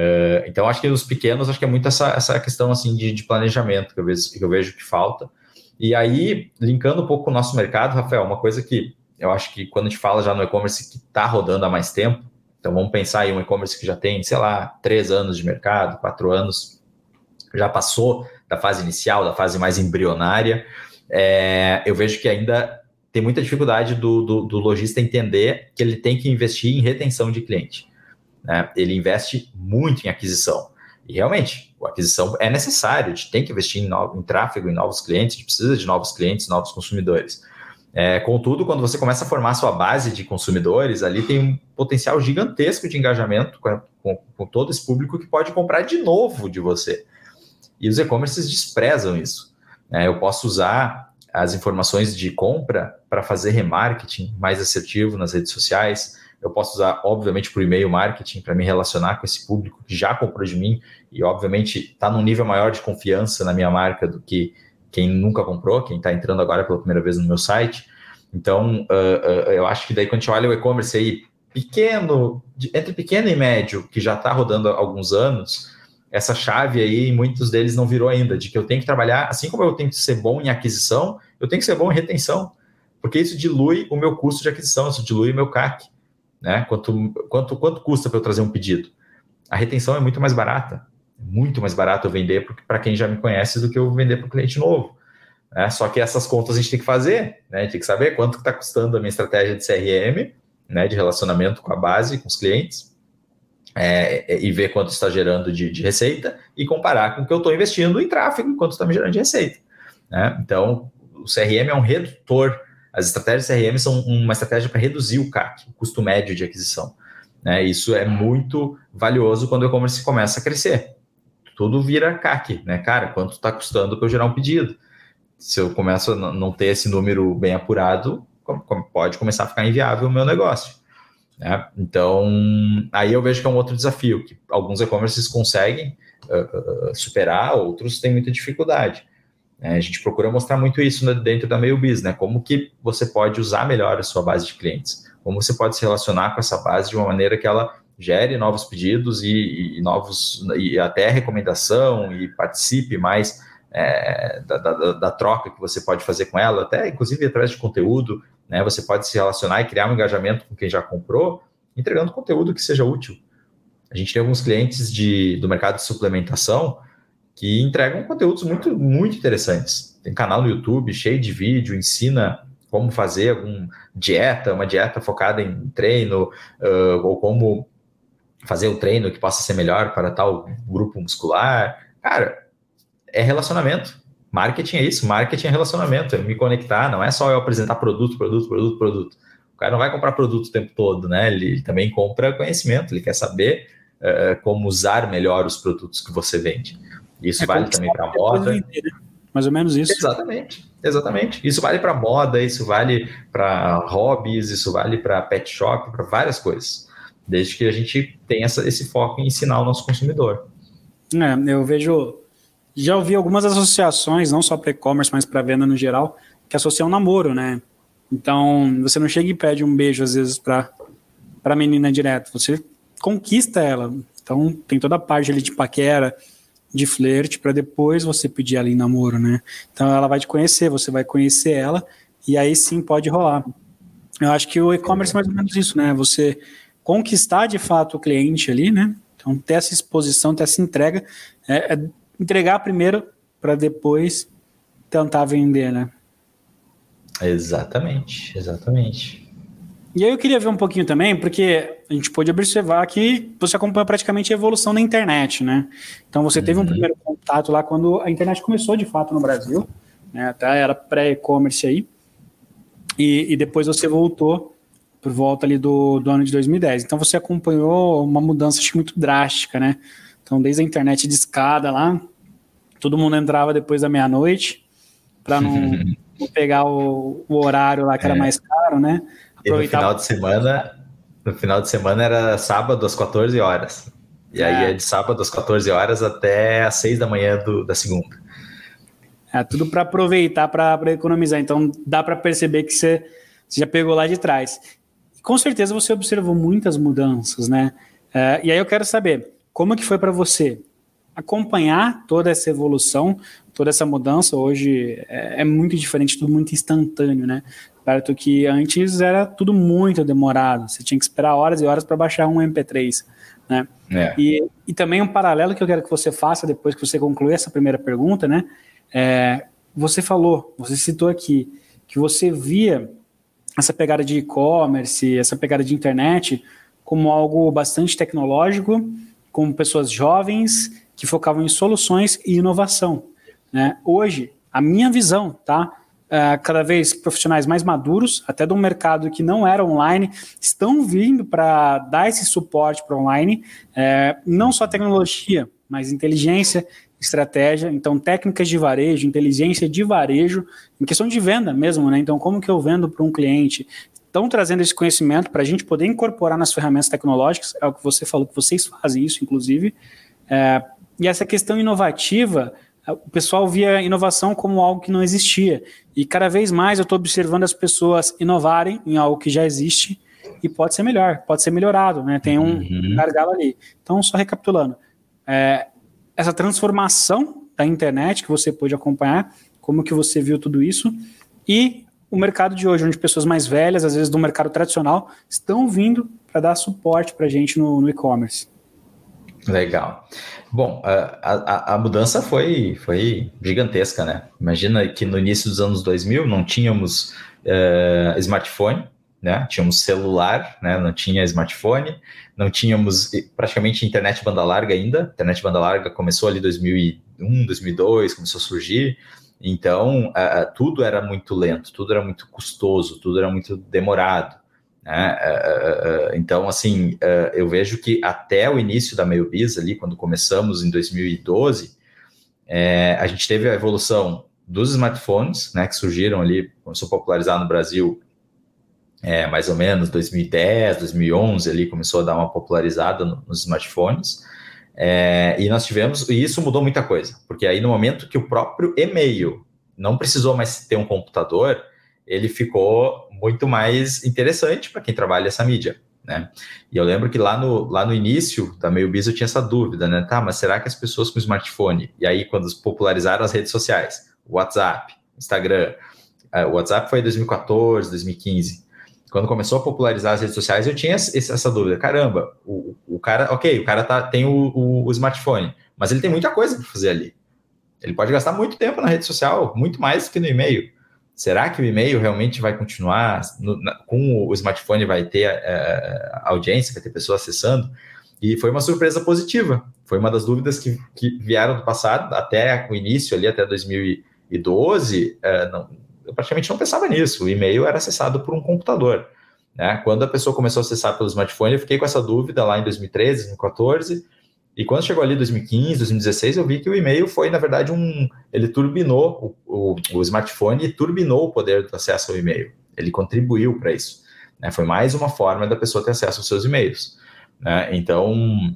Então, acho que nos pequenos, acho que é muito essa questão assim, de planejamento que eu vejo que falta. E aí, linkando um pouco com o nosso mercado, Rafael, uma coisa que eu acho que quando a gente fala já no e-commerce que está rodando há mais tempo, então vamos pensar em um e-commerce que já tem, 3 anos de mercado, 4 anos, já passou da fase inicial, da fase mais embrionária, eu vejo que ainda tem muita dificuldade do lojista entender que ele tem que investir em retenção de cliente, né? Ele investe muito em aquisição. E realmente, a aquisição é necessário, a gente tem que investir em tráfego, em novos clientes, a gente precisa de novos clientes, novos consumidores. Contudo, quando você começa a formar a sua base de consumidores, ali tem um potencial gigantesco de engajamento com todo esse público que pode comprar de novo de você. E os e-commerces desprezam isso. Eu posso usar as informações de compra para fazer remarketing mais assertivo nas redes sociais. Eu posso usar, obviamente, para o e-mail marketing para me relacionar com esse público que já comprou de mim e, obviamente, está num nível maior de confiança na minha marca do que quem nunca comprou, quem está entrando agora pela primeira vez no meu site. Então, eu acho que daí quando a gente olha o e-commerce aí pequeno, entre pequeno e médio, que já está rodando há alguns anos, essa chave aí, muitos deles não virou ainda, de que eu tenho que trabalhar, assim como eu tenho que ser bom em aquisição, eu tenho que ser bom em retenção, porque isso dilui o meu custo de aquisição, isso dilui o meu CAC, né? Quanto custa para eu trazer um pedido? A retenção é muito mais barata eu vender para quem já me conhece do que eu vender para o cliente novo. Só que essas contas a gente tem que fazer, né? A gente tem que saber quanto está custando a minha estratégia de CRM, né? De relacionamento com a base, com os clientes, e ver quanto está gerando de receita e comparar com o que eu estou investindo em tráfego e quanto está me gerando de receita, né? Então, o CRM é um redutor. As estratégias de CRM são uma estratégia para reduzir o CAC, o custo médio de aquisição, né? Isso é muito valioso quando o e-commerce começa a crescer. Tudo vira CAC, né? Cara, quanto está custando para eu gerar um pedido? Se eu começo a não ter esse número bem apurado, pode começar a ficar inviável o meu negócio, né? Então, aí eu vejo que é um outro desafio, que alguns e-commerces conseguem superar, outros têm muita dificuldade. A gente procura mostrar muito isso dentro da Mailbiz, né? Como que você pode usar melhor a sua base de clientes, como você pode se relacionar com essa base de uma maneira que ela gere novos pedidos e até recomendação e participe mais da troca que você pode fazer com ela, até inclusive através de conteúdo, né? Você pode se relacionar e criar um engajamento com quem já comprou, entregando conteúdo que seja útil. A gente tem alguns clientes do mercado de suplementação que entregam conteúdos muito, muito interessantes. Tem canal no YouTube cheio de vídeo, ensina como fazer uma dieta focada em treino, ou como fazer o treino que possa ser melhor para tal grupo muscular. Cara, é relacionamento. Marketing é isso, marketing é relacionamento, é me conectar, não é só eu apresentar produto. O cara não vai comprar produto o tempo todo, né? Ele também compra conhecimento, ele quer saber como usar melhor os produtos que você vende. Isso vale também para moda. Mais ou menos isso. Exatamente. Isso vale para moda, isso vale para hobbies, isso vale para pet shop, para várias coisas. Desde que a gente tenha esse foco em ensinar o nosso consumidor. Eu vejo... Já ouvi algumas associações, não só para e-commerce, mas para venda no geral, que associam namoro, né? Então, você não chega e pede um beijo, às vezes, para a menina direto. Você conquista ela. Então, tem toda a parte ali de paquera, de flerte, para depois você pedir ela em namoro, né? Então, ela vai te conhecer, você vai conhecer ela, e aí sim pode rolar. Eu acho que o e-commerce é mais ou menos isso, né? Você conquistar, de fato, o cliente ali, né? Então, ter essa exposição, ter essa entrega, entregar primeiro para depois tentar vender, né? Exatamente. E aí eu queria ver um pouquinho também, porque a gente pôde observar que você acompanha praticamente a evolução da internet, né? Então você teve um primeiro contato lá quando a internet começou de fato no Brasil, né? Até era pré-e-commerce aí, e depois você voltou por volta ali do ano de 2010. Então você acompanhou uma mudança, acho que muito drástica, né? Então, desde a internet de escada lá, todo mundo entrava depois da meia-noite para não pegar o horário lá que era mais caro, né? E no final de semana era sábado às 14 horas. E aí é de sábado às 14 horas até às 6 da manhã da segunda. Tudo para aproveitar, para economizar. Então, dá para perceber que você já pegou lá de trás. E, com certeza você observou muitas mudanças, né? E aí eu quero saber, como que foi para você acompanhar toda essa evolução, toda essa mudança. Hoje é muito diferente, tudo muito instantâneo, né? Perto que antes era tudo muito demorado, você tinha que esperar horas e horas para baixar um MP3, né? E também um paralelo que eu quero que você faça depois que você concluir essa primeira pergunta, né? Você citou aqui que você via essa pegada de e-commerce, essa pegada de internet como algo bastante tecnológico, com pessoas jovens que focavam em soluções e inovação, né? Hoje, a minha visão, tá? Cada vez profissionais mais maduros, até de um mercado que não era online, estão vindo para dar esse suporte para online, não só tecnologia, mas inteligência, estratégia, então técnicas de varejo, inteligência de varejo, em questão de venda mesmo, né? Então, como que eu vendo para um cliente? Estão trazendo esse conhecimento para a gente poder incorporar nas ferramentas tecnológicas, é o que você falou, que vocês fazem isso, inclusive. E essa questão inovativa, o pessoal via inovação como algo que não existia. E cada vez mais eu estou observando as pessoas inovarem em algo que já existe e pode ser melhor, pode ser melhorado, né? Tem um gargalo ali. Então, só recapitulando, essa transformação da internet que você pôde acompanhar, como que você viu tudo isso, e o mercado de hoje, onde pessoas mais velhas, às vezes do mercado tradicional, estão vindo para dar suporte para a gente no e-commerce. Legal. Bom, a mudança foi gigantesca, né? Imagina que no início dos anos 2000 não tínhamos smartphone, né? Tínhamos celular, né? Não tinha smartphone, não tínhamos praticamente internet banda larga ainda. Internet banda larga começou ali em 2001, 2002, começou a surgir. Então, tudo era muito lento, tudo era muito custoso, tudo era muito demorado. Então, assim, eu vejo que até o início da MeioBiz, ali, quando começamos em 2012, a gente teve a evolução dos smartphones, né, que surgiram ali, começou a popularizar no Brasil mais ou menos 2010, 2011, ali começou a dar uma popularizada nos smartphones, e nós tivemos, e isso mudou muita coisa, porque aí no momento que o próprio e-mail não precisou mais ter um computador, ele ficou muito mais interessante para quem trabalha essa mídia, né? E eu lembro que lá no início da MeioBiz eu tinha essa dúvida, né? Tá, mas será que as pessoas com smartphone, e aí quando popularizaram as redes sociais, WhatsApp, Instagram, o WhatsApp foi em 2014, 2015, quando começou a popularizar as redes sociais, eu tinha essa dúvida, caramba, o cara, ok, o cara tem o smartphone, mas ele tem muita coisa para fazer ali. Ele pode gastar muito tempo na rede social, muito mais que no e-mail. Será que o e-mail realmente vai continuar? Com o smartphone vai ter audiência, vai ter pessoas acessando? E foi uma surpresa positiva. Foi uma das dúvidas que vieram do passado, até o início, ali, até 2012, eu praticamente não pensava nisso. O e-mail era acessado por um computador, né? Quando a pessoa começou a acessar pelo smartphone, eu fiquei com essa dúvida lá em 2013, 2014, e quando chegou ali 2015, 2016, eu vi que o e-mail foi, na verdade, ele turbinou, o smartphone turbinou o poder do acesso ao e-mail. Ele contribuiu para isso, né? Foi mais uma forma da pessoa ter acesso aos seus e-mails, né? Então,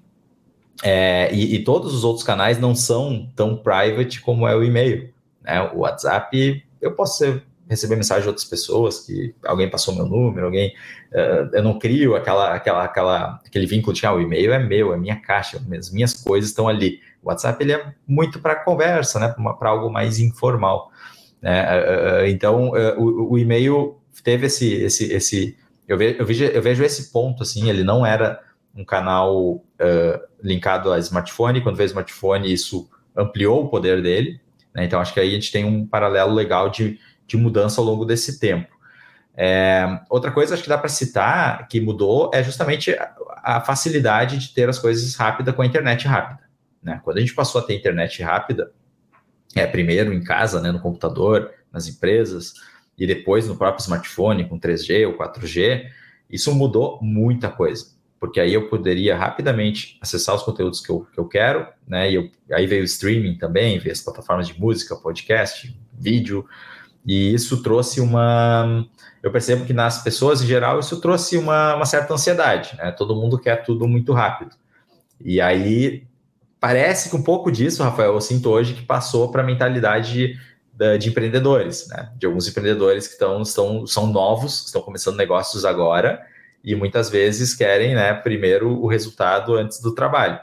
e todos os outros canais não são tão private como é o e-mail, né? O WhatsApp, eu posso receber mensagem de outras pessoas, que alguém passou meu número, eu não crio aquele vínculo de, o e-mail é meu, é minha caixa, as minhas coisas estão ali. O WhatsApp, ele é muito para conversa, né, para algo mais informal, né? Então, o e-mail teve eu vejo esse ponto, assim, ele não era um canal linkado a smartphone. Quando veio o smartphone, isso ampliou o poder dele, né? Então, acho que aí a gente tem um paralelo legal de mudança ao longo desse tempo. Outra coisa, acho que dá para citar, que mudou, é justamente a facilidade de ter as coisas rápidas com a internet rápida, né? Quando a gente passou a ter internet rápida, primeiro em casa, né, no computador, nas empresas, e depois no próprio smartphone, com 3G ou 4G, isso mudou muita coisa, porque aí eu poderia rapidamente acessar os conteúdos que eu quero, né? E aí veio o streaming também, veio as plataformas de música, podcast, vídeo, e isso trouxe eu percebo que nas pessoas em geral isso trouxe uma certa ansiedade, né? Todo mundo quer tudo muito rápido. E aí parece que um pouco disso, Rafael, eu sinto hoje que passou para a mentalidade de empreendedores, né? De alguns empreendedores que são novos, que estão começando negócios agora e muitas vezes querem, né, primeiro o resultado antes do trabalho.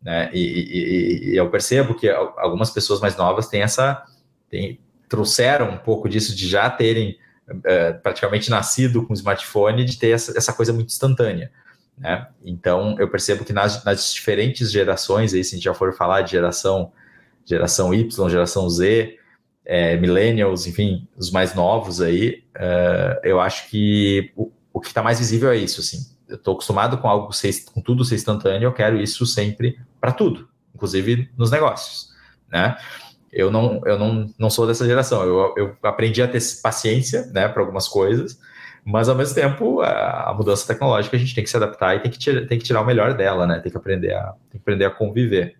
né? E eu percebo que algumas pessoas mais novas trouxeram um pouco disso de já terem praticamente nascido com smartphone, de ter essa coisa muito instantânea, né? Então, eu percebo que nas diferentes gerações, aí, se a gente já for falar de geração Y, geração Z, millennials, enfim, os mais novos aí, eu acho que o que está mais visível é isso, assim. Eu estou acostumado com tudo ser instantâneo, eu quero isso sempre para tudo, inclusive nos negócios, né? Eu não sou dessa geração, eu aprendi a ter paciência, né, para algumas coisas, mas ao mesmo tempo a mudança tecnológica a gente tem que se adaptar e tem que tirar o melhor dela, né? Tem que aprender a conviver.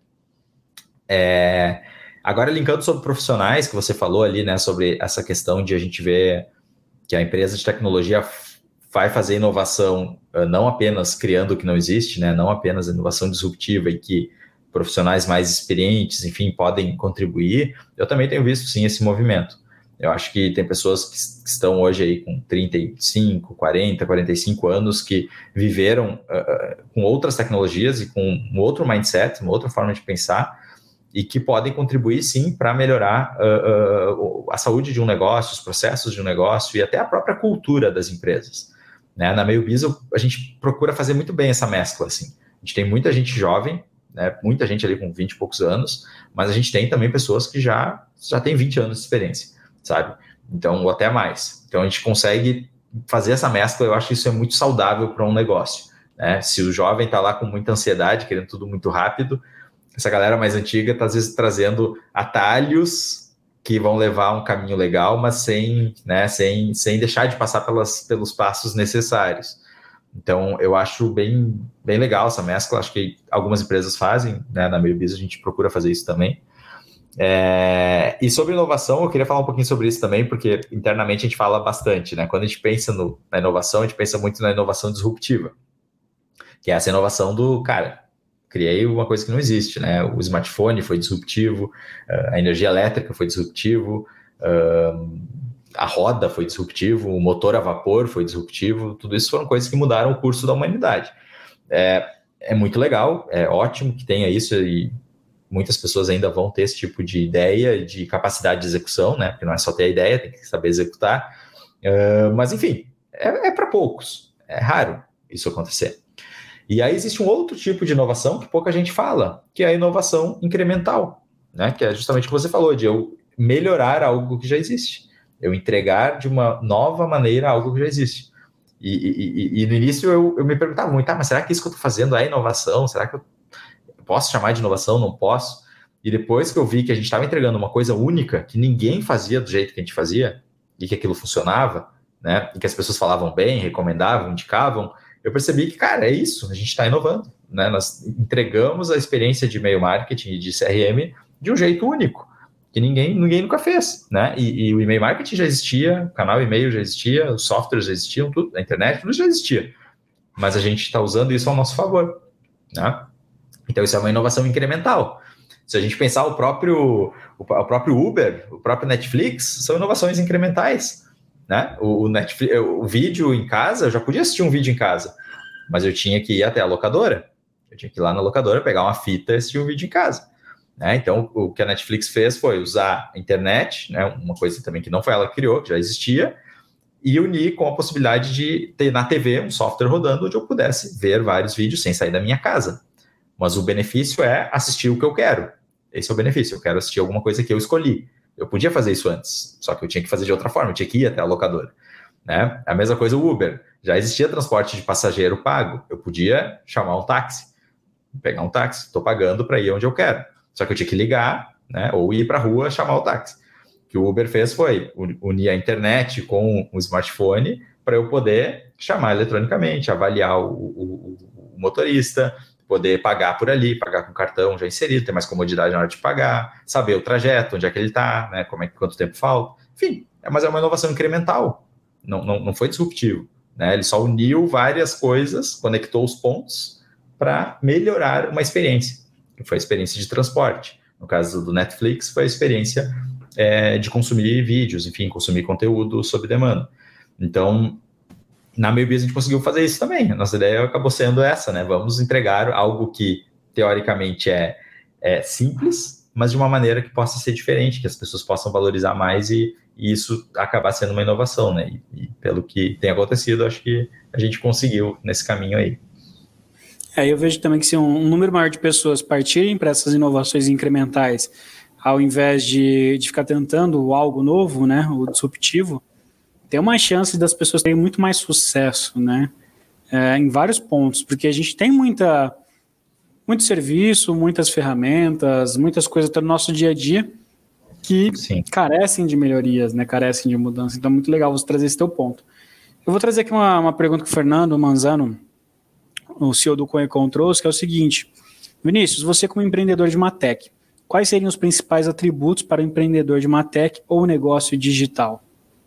Agora, linkando sobre profissionais, que você falou ali, né, sobre essa questão de a gente ver que a empresa de tecnologia vai fazer inovação não apenas criando o que não existe, né, não apenas inovação disruptiva e que profissionais mais experientes, enfim, podem contribuir. Eu também tenho visto, sim, esse movimento. Eu acho que tem pessoas que estão hoje aí com 35, 40, 45 anos que viveram com outras tecnologias e com um outro mindset, uma outra forma de pensar, e que podem contribuir, sim, para melhorar a saúde de um negócio, os processos de um negócio e até a própria cultura das empresas, né? Na MeioBiz, a gente procura fazer muito bem essa mescla, assim. A gente tem muita gente jovem, né? Muita gente ali com 20 e poucos anos, mas a gente tem também pessoas que já têm 20 anos de experiência, sabe? Então, ou até mais. Então, a gente consegue fazer essa mescla, eu acho que isso é muito saudável para um negócio, né? Se o jovem está lá com muita ansiedade, querendo tudo muito rápido, essa galera mais antiga está, às vezes, trazendo atalhos que vão levar um caminho legal, mas sem deixar de passar pelos passos necessários. Então, eu acho bem legal essa mescla. Acho que algumas empresas fazem, né? Na MeioBiz a gente procura fazer isso também. E sobre inovação, eu queria falar um pouquinho sobre isso também, porque internamente a gente fala bastante, né? Quando a gente pensa na inovação, a gente pensa muito na inovação disruptiva, que é essa inovação do, cara, criei uma coisa que não existe, né? O smartphone foi disruptivo, a energia elétrica foi disruptivo, a roda foi disruptivo, o motor a vapor foi disruptivo, tudo isso foram coisas que mudaram o curso da humanidade. É muito legal, é ótimo que tenha isso e muitas pessoas ainda vão ter esse tipo de ideia, de capacidade de execução, né? Porque não é só ter a ideia, tem que saber executar. Mas, enfim, é para poucos, é raro isso acontecer. E aí existe um outro tipo de inovação que pouca gente fala, que é a inovação incremental, né? Que é justamente o que você falou, de eu melhorar algo que já existe, eu entregar de uma nova maneira algo que já existe. E no início eu me perguntava muito, mas será que isso que eu estou fazendo é inovação? Será que eu posso chamar de inovação? Não posso? E depois que eu vi que a gente estava entregando uma coisa única, que ninguém fazia do jeito que a gente fazia, e que aquilo funcionava, né? E que as pessoas falavam bem, recomendavam, indicavam, eu percebi que, cara, é isso, a gente está inovando, né? Nós entregamos a experiência de e-mail marketing e de CRM de um jeito único, que ninguém nunca fez, né? E o e-mail marketing já existia, o canal e-mail já existia, os softwares já existiam, tudo, a internet, tudo já existia. Mas a gente está usando isso ao nosso favor, né? Então, isso é uma inovação incremental. Se a gente pensar o próprio Uber, o próprio Netflix, são inovações incrementais, né? O vídeo em casa, eu já podia assistir um vídeo em casa, mas eu tinha que ir até a locadora. Eu tinha que ir lá na locadora, pegar uma fita e assistir um vídeo em casa, né? Então, o que a Netflix fez foi usar a internet, né? Uma coisa também que não foi ela que criou, que já existia, e unir com a possibilidade de ter na TV um software rodando onde eu pudesse ver vários vídeos sem sair da minha casa. Mas o benefício é assistir o que eu quero. Esse é o benefício, eu quero assistir alguma coisa que eu escolhi. Eu podia fazer isso antes, só que eu tinha que fazer de outra forma, eu tinha que ir até a locadora, né? A mesma coisa o Uber, já existia transporte de passageiro pago, eu podia chamar um táxi, pegar um táxi, estou pagando para ir onde eu quero, só que eu tinha que ligar, né? Ou ir para a rua chamar o táxi. O que o Uber fez foi unir a internet com o smartphone para eu poder chamar eletronicamente, avaliar o motorista, poder pagar por ali, pagar com cartão já inserido, ter mais comodidade na hora de pagar, saber o trajeto, onde é que ele está, né, quanto tempo falta. Enfim, mas é uma inovação incremental, não foi disruptivo, né? Ele só uniu várias coisas, conectou os pontos para melhorar uma experiência, que foi a experiência de transporte. No caso do Netflix, foi a experiência de consumir vídeos, enfim, consumir conteúdo sob demanda. Então, na MeioBiz a gente conseguiu fazer isso também. A nossa ideia acabou sendo essa, né? Vamos entregar algo que teoricamente é simples, mas de uma maneira que possa ser diferente, que as pessoas possam valorizar mais e isso acabar sendo uma inovação, né? E pelo que tem acontecido, acho que a gente conseguiu nesse caminho aí. Eu vejo também que se um número maior de pessoas partirem para essas inovações incrementais, ao invés de ficar tentando algo novo, né, o disruptivo, tem uma chance das pessoas terem muito mais sucesso, né, em vários pontos, porque a gente tem muito serviço, muitas ferramentas, muitas coisas no nosso dia a dia que carecem de melhorias, né, carecem de mudança. Então é muito legal você trazer esse teu ponto. Eu vou trazer aqui uma pergunta que o Fernando Manzano, o CEO do Coecon, trouxe, que é o seguinte: Vinícius, você como empreendedor de uma tech, quais seriam os principais atributos para o empreendedor de uma tech ou negócio digital?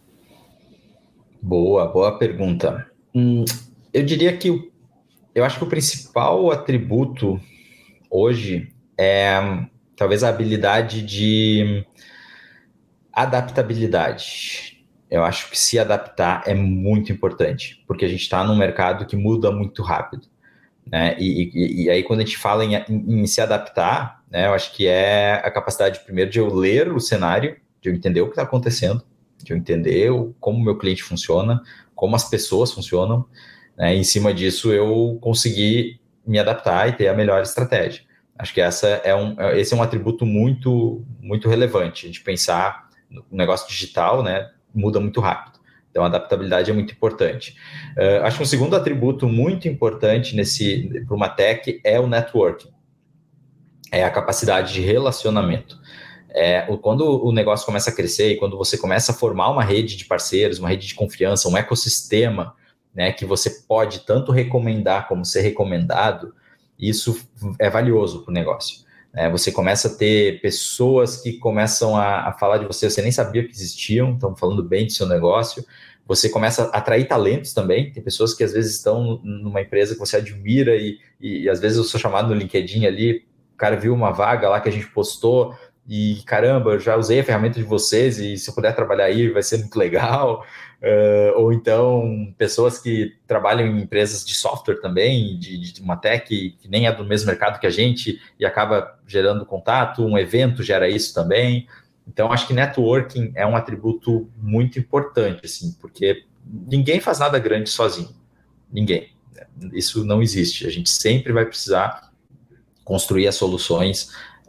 Boa pergunta. Eu diria que eu acho que o principal atributo hoje é talvez a habilidade de adaptabilidade. Eu acho que se adaptar é muito importante, porque a gente está num mercado que muda muito rápido, né? E aí quando a gente fala em se adaptar, né, eu acho que é a capacidade primeiro de eu ler o cenário, de eu entender o que está acontecendo, de eu entender como o meu cliente funciona, como as pessoas funcionam, né? Em cima disso eu conseguir me adaptar e ter a melhor estratégia. Acho que esse é um atributo muito, muito relevante de pensar no negócio digital, né? Muda muito rápido. Então, a adaptabilidade é muito importante. Acho que um segundo atributo muito importante para uma tech é o networking. É a capacidade de relacionamento. Quando o negócio começa a crescer e quando você começa a formar uma rede de parceiros, uma rede de confiança, um ecossistema, né, que você pode tanto recomendar como ser recomendado, isso é valioso para o negócio. Você começa a ter pessoas que começam a falar de você nem sabia que existiam, estão falando bem do seu negócio. Você começa a atrair talentos também. Tem pessoas que às vezes estão numa empresa que você admira e às vezes eu sou chamado no LinkedIn ali, o cara viu uma vaga lá que a gente postou e caramba, eu já usei a ferramenta de vocês e se eu puder trabalhar aí vai ser muito legal. Ou então pessoas que trabalham em empresas de software também, de uma tech que nem é do mesmo mercado que a gente e acaba gerando contato, um evento gera isso também. Então acho que networking é um atributo muito importante, assim, porque ninguém faz nada grande sozinho, ninguém, isso não existe, a gente sempre vai precisar construir as soluções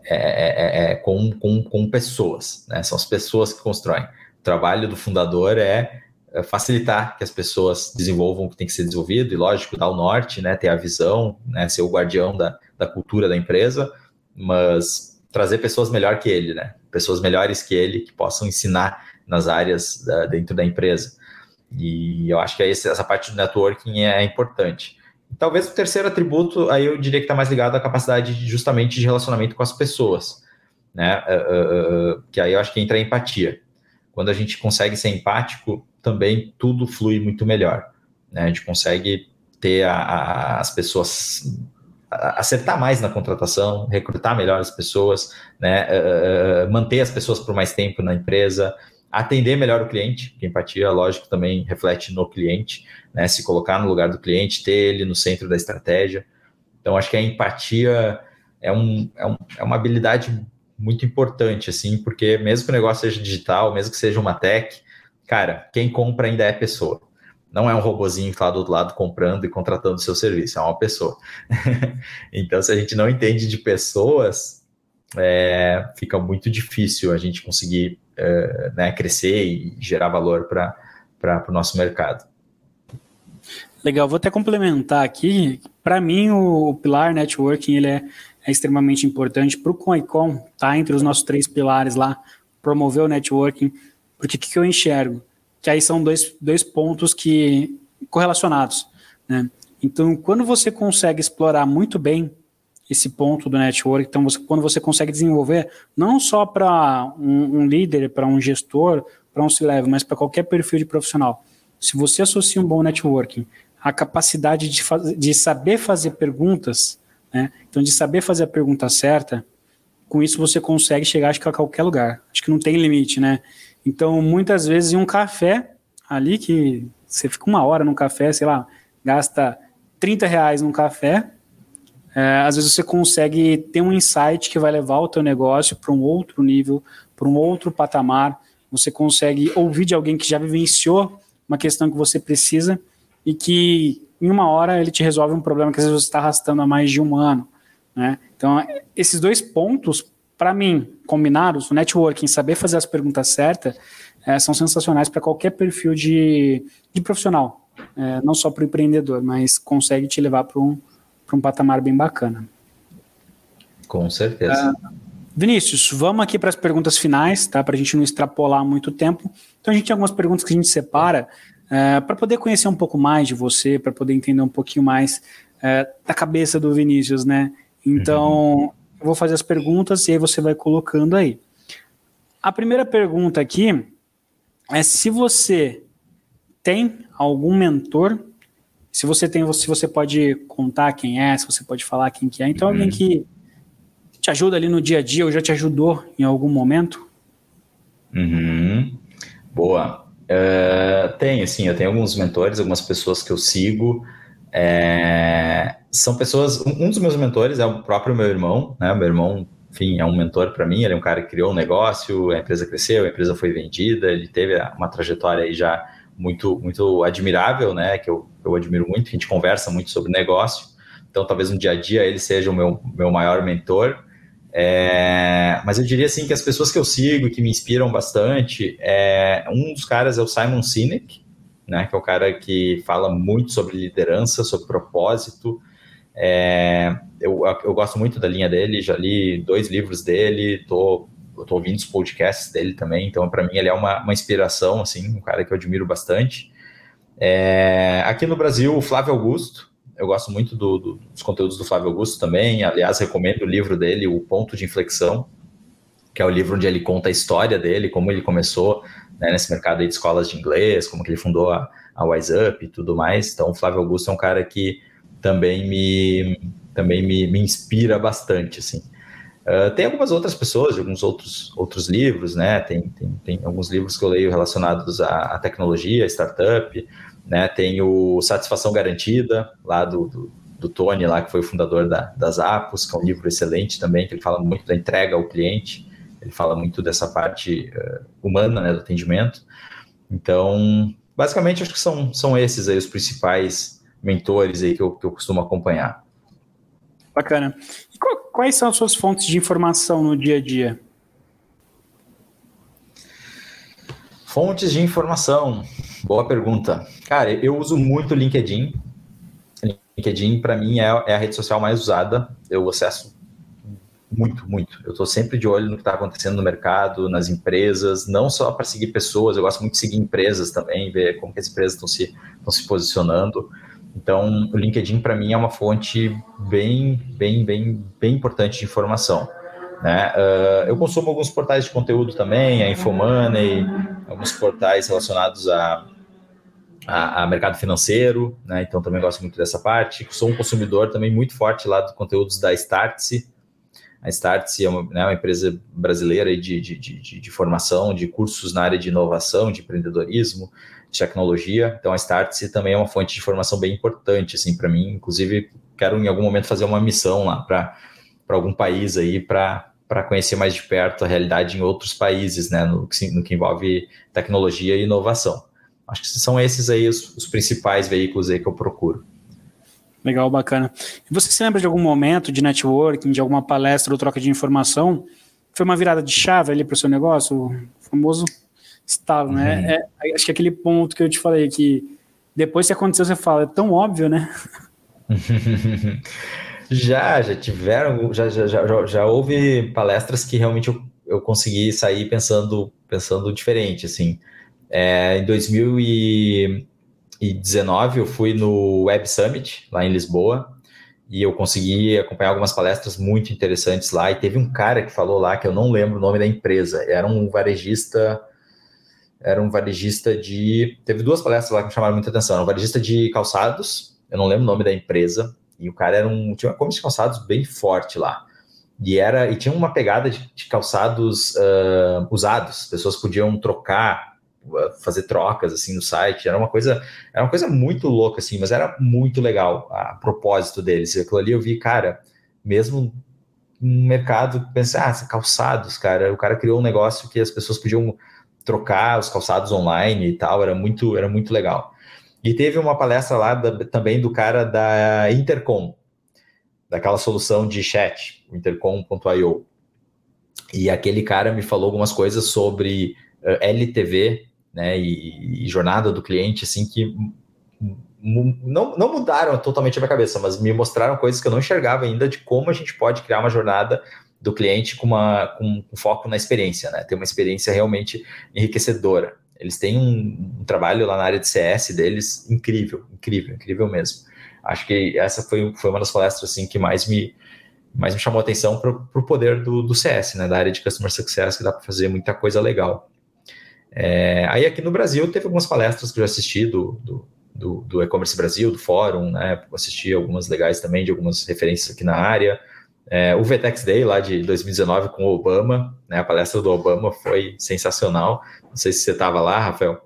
com pessoas, né? São as pessoas que constroem. O trabalho do fundador é facilitar que as pessoas desenvolvam o que tem que ser desenvolvido e, lógico, dar o norte, né? Ter a visão, né? Ser o guardião da cultura da empresa, mas trazer pessoas melhor que ele, né? Pessoas melhores que ele que possam ensinar nas áreas dentro da empresa. E eu acho que essa parte do networking é importante. Talvez o terceiro atributo, aí eu diria que está mais ligado à capacidade justamente de relacionamento com as pessoas, né? Que aí eu acho que entra a empatia. Quando a gente consegue ser empático, também tudo flui muito melhor, né? A gente consegue ter as pessoas, acertar mais na contratação, recrutar melhor as pessoas, né? Manter as pessoas por mais tempo na empresa, atender melhor o cliente, porque empatia, lógico, também reflete no cliente, né? Se colocar no lugar do cliente, ter ele no centro da estratégia. Então, acho que a empatia é uma habilidade muito importante, assim, porque mesmo que o negócio seja digital, mesmo que seja uma tech, cara, quem compra ainda é pessoa. Não é um robozinho que está do outro lado comprando e contratando o seu serviço, é uma pessoa. Então, se a gente não entende de pessoas, fica muito difícil a gente conseguir né, crescer e gerar valor para o nosso mercado. Legal, vou até complementar aqui. Para mim, o pilar networking ele é extremamente importante para o Coecon, tá entre os nossos 3 pilares lá, promover o networking, porque o que eu enxergo? Que aí são dois pontos que correlacionados, né? Então, quando você consegue explorar muito bem esse ponto do network, então quando você consegue desenvolver, não só para um líder, para um gestor, para um C-level, mas para qualquer perfil de profissional, se você associa um bom networking, a capacidade de saber fazer perguntas, né? Então de saber fazer a pergunta certa, com isso você consegue chegar acho que a qualquer lugar, acho que não tem limite, né? Então muitas vezes em um café ali que você fica 1 hora num café, sei lá, gasta R$30 num café, às vezes você consegue ter um insight que vai levar o teu negócio para um outro nível, para um outro patamar. Você consegue ouvir de alguém que já vivenciou uma questão que você precisa e que em uma hora ele te resolve um problema que às vezes você está arrastando há mais de um ano, né? Então, esses dois pontos, para mim, combinados, o networking, saber fazer as perguntas certas, são sensacionais para qualquer perfil de profissional, não só para o empreendedor, mas consegue te levar para um patamar bem bacana. Com certeza. Vinícius, vamos aqui para as perguntas finais, tá? Para a gente não extrapolar muito tempo. Então, a gente tem algumas perguntas que a gente separa para poder conhecer um pouco mais de você, para poder entender um pouquinho mais da cabeça do Vinícius, né? Então, eu vou fazer as perguntas e aí você vai colocando aí. A primeira pergunta aqui é se você tem algum mentor, se você pode contar quem é, se você pode falar quem que é. Então, alguém que te ajuda ali no dia a dia ou já te ajudou em algum momento? Boa. Eu tenho alguns mentores, algumas pessoas que eu sigo. São pessoas... Um dos meus mentores é o próprio meu irmão, né? Meu irmão, enfim, é um mentor para mim. Ele é um cara que criou um negócio, a empresa cresceu, a empresa foi vendida, ele teve uma trajetória aí já muito, muito admirável, né? Que eu admiro muito, a gente conversa muito sobre negócio. Então, talvez no dia a dia ele seja o meu maior mentor. Mas eu diria assim que as pessoas que eu sigo e que me inspiram bastante, um dos caras é o Simon Sinek, né, que é o cara que fala muito sobre liderança, sobre propósito. Eu gosto muito da linha dele, já li 2 livros dele, eu tô ouvindo os podcasts dele também, então para mim ele é uma inspiração, assim, um cara que eu admiro bastante. Aqui no Brasil, o Flávio Augusto. Eu gosto muito dos conteúdos do Flávio Augusto também. Aliás, recomendo o livro dele, O Ponto de Inflexão, que é o livro onde ele conta a história dele, como ele começou, né, nesse mercado aí de escolas de inglês, como que ele fundou a Wise Up e tudo mais. Então, o Flávio Augusto é um cara que também me inspira bastante, assim. Tem algumas outras pessoas, de alguns outros livros, né? Tem alguns livros que eu leio relacionados à tecnologia, à startup, né? Tem o Satisfação Garantida, lá do Tony, lá, que foi o fundador das Apos, que é um livro excelente também, que ele fala muito da entrega ao cliente, ele fala muito dessa parte humana, né, do atendimento. Então, basicamente, acho que são esses aí os principais mentores aí que eu costumo acompanhar. Bacana. E quais são as suas fontes de informação no dia a dia? Fontes de informação. Boa pergunta. Cara, eu uso muito o LinkedIn. LinkedIn, para mim, é a rede social mais usada. Eu acesso muito. Eu estou sempre de olho no que está acontecendo no mercado, nas empresas, não só para seguir pessoas, eu gosto muito de seguir empresas também, ver como que as empresas estão se posicionando. Então, o LinkedIn, para mim, é uma fonte bem importante de informação, né? Eu consumo alguns portais de conteúdo também, a Infomoney, alguns portais relacionados a mercado financeiro, né? Então, também gosto muito dessa parte. Sou um consumidor também muito forte lá dos conteúdos da Startse. A Startse é uma empresa brasileira de formação, de cursos na área de inovação, de empreendedorismo, de tecnologia. Então, a Startse também é uma fonte de informação bem importante, assim, para mim. Inclusive, quero em algum momento fazer uma missão lá para algum país aí, para conhecer mais de perto a realidade em outros países, né, no que envolve tecnologia e inovação. Acho que são esses aí os principais veículos aí que eu procuro. Legal, bacana. E você se lembra de algum momento de networking, de alguma palestra ou troca de informação? Foi uma virada de chave ali para o seu negócio? O famoso estalo, né? Acho que é aquele ponto que eu te falei, que depois que aconteceu, você fala, é tão óbvio, né? Já tiveram, já houve palestras que realmente eu consegui sair pensando diferente, assim. Em 2019 eu fui no Web Summit, lá em Lisboa, e eu consegui acompanhar algumas palestras muito interessantes lá, e teve um cara que falou lá, que eu não lembro o nome da empresa, era um varejista de... Teve 2 palestras lá que me chamaram muita atenção, era um varejista de calçados, eu não lembro o nome da empresa, e o cara tinha uma comissão de calçados bem forte lá, e tinha uma pegada de calçados usados, as pessoas podiam trocar fazer trocas, assim, no site. Era uma coisa muito louca, assim, mas era muito legal a propósito deles. E aquilo ali eu vi, cara, mesmo no mercado, pensar, calçados, cara, o cara criou um negócio que as pessoas podiam trocar os calçados online e tal, era muito legal. E teve uma palestra lá também do cara da Intercom, daquela solução de chat, intercom.io. E aquele cara me falou algumas coisas sobre LTV, né, e jornada do cliente, assim, que não mudaram totalmente a minha cabeça, mas me mostraram coisas que eu não enxergava ainda de como a gente pode criar uma jornada do cliente com foco na experiência, né? Ter uma experiência realmente enriquecedora. Eles têm um trabalho lá na área de CS deles incrível mesmo. Acho que essa foi uma das palestras assim, que mais me chamou a atenção para o poder do CS, né? Da área de Customer Success, que dá para fazer muita coisa legal. Aí aqui no Brasil teve algumas palestras que eu já assisti do E-Commerce Brasil, do Fórum, né? Assisti algumas legais também, de algumas referências aqui na área. O VTEX Day lá de 2019 com o Obama, né? A palestra do Obama foi sensacional. Não sei se você estava lá, Rafael.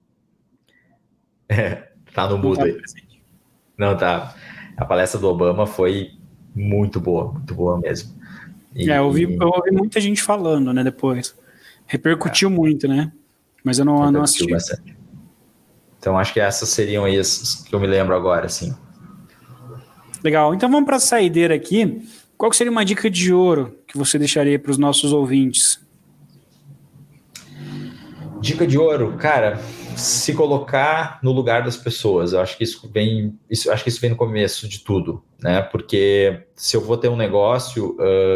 Tá no mudo aí. Não, tá. A palestra do Obama foi muito boa mesmo. Eu ouvi muita gente falando, né, depois. Repercutiu muito, né? Mas eu não assisti. Bastante. Então, acho que essas seriam aí as que eu me lembro agora, assim. Legal. Então, vamos para a saideira aqui. Qual seria uma dica de ouro que você deixaria para os nossos ouvintes? Dica de ouro, cara, se colocar no lugar das pessoas. Eu acho que isso vem no começo de tudo, né? Porque se eu vou ter um negócio,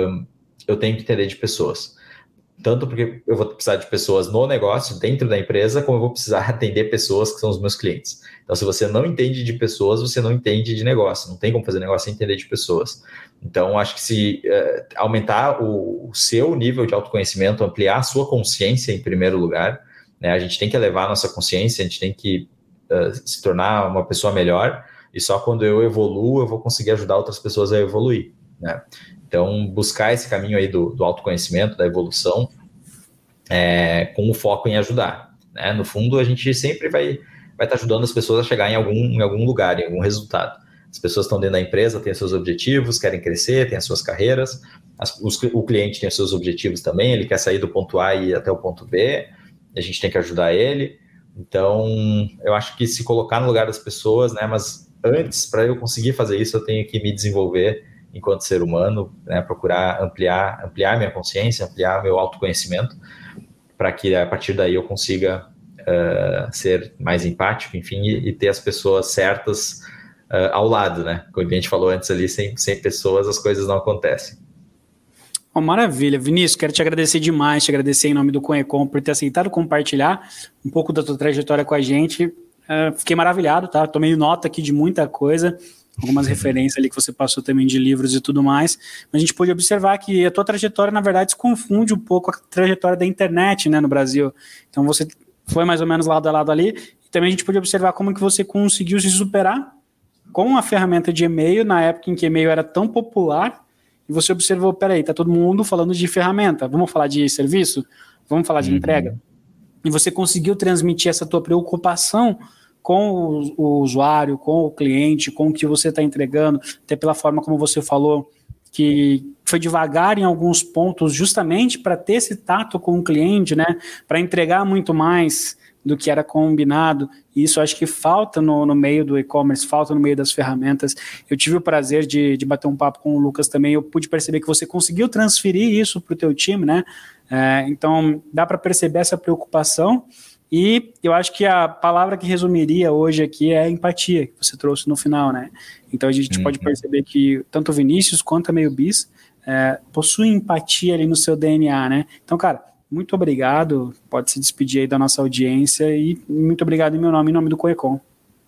eu tenho que entender de pessoas. Tanto porque eu vou precisar de pessoas no negócio, dentro da empresa, como eu vou precisar atender pessoas que são os meus clientes. Então, se você não entende de pessoas, você não entende de negócio. Não tem como fazer negócio sem entender de pessoas. Então, acho que se aumentar o seu nível de autoconhecimento, ampliar a sua consciência em primeiro lugar, né? A gente tem que elevar a nossa consciência, a gente tem que se tornar uma pessoa melhor, e só quando eu evoluo, eu vou conseguir ajudar outras pessoas a evoluir, né? Então, buscar esse caminho aí do autoconhecimento, da evolução, com o foco em ajudar, né? No fundo, a gente sempre vai estar ajudando as pessoas a chegar em algum lugar, em algum resultado. As pessoas estão dentro da empresa, têm seus objetivos, querem crescer, têm as suas carreiras. O cliente tem os seus objetivos também, ele quer sair do ponto A e ir até o ponto B, a gente tem que ajudar ele. Então, eu acho que se colocar no lugar das pessoas, né? Mas antes, para eu conseguir fazer isso, eu tenho que me desenvolver enquanto ser humano, né? Procurar ampliar minha consciência, ampliar meu autoconhecimento, para que a partir daí eu consiga ser mais empático, enfim, e ter as pessoas certas ao lado, né? Como a gente falou antes ali, sem pessoas as coisas não acontecem. Oh, maravilha. Vinícius, quero te agradecer demais, te agradecer em nome do Conecom por ter aceitado compartilhar um pouco da tua trajetória com a gente. Fiquei maravilhado, tá? Tomei nota aqui de muita coisa, algumas referências ali que você passou também de livros e tudo mais, mas a gente pôde observar que a tua trajetória, na verdade, se confunde um pouco com a trajetória da internet, né, no Brasil. Então você foi mais ou menos lado a lado ali, e também a gente pôde observar como que você conseguiu se superar com a ferramenta de e-mail, na época em que e-mail era tão popular, e você observou, peraí, tá todo mundo falando de ferramenta, vamos falar de serviço? Vamos falar de entrega? E você conseguiu transmitir essa tua preocupação com o usuário, com o cliente, com o que você está entregando, até pela forma como você falou, que foi devagar em alguns pontos justamente para ter esse tato com o cliente, né? Para entregar muito mais do que era combinado, e isso acho que falta no meio do e-commerce, falta no meio das ferramentas. Eu tive o prazer de bater um papo com o Lucas também, eu pude perceber que você conseguiu transferir isso para o teu time, né? Então, dá para perceber essa preocupação, e eu acho que a palavra que resumiria hoje aqui é a empatia, que você trouxe no final, né? Então, a gente pode perceber que tanto o Vinícius quanto a MeioBiz possuem empatia ali no seu DNA, né? Então, cara, muito obrigado, pode se despedir aí da nossa audiência, e muito obrigado em meu nome, em nome do Conecom.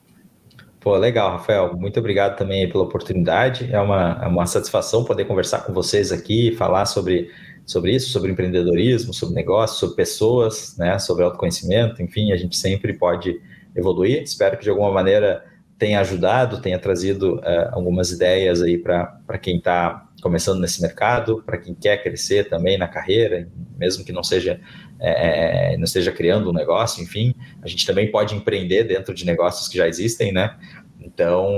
Pô, legal, Rafael, muito obrigado também pela oportunidade, é uma satisfação poder conversar com vocês aqui, falar sobre isso, sobre empreendedorismo, sobre negócio, sobre pessoas, né, sobre autoconhecimento, enfim, a gente sempre pode evoluir. Espero que de alguma maneira tenha ajudado, tenha trazido algumas ideias aí para quem está começando nesse mercado, para quem quer crescer também na carreira, mesmo que não esteja criando um negócio, enfim, a gente também pode empreender dentro de negócios que já existem, né? Então,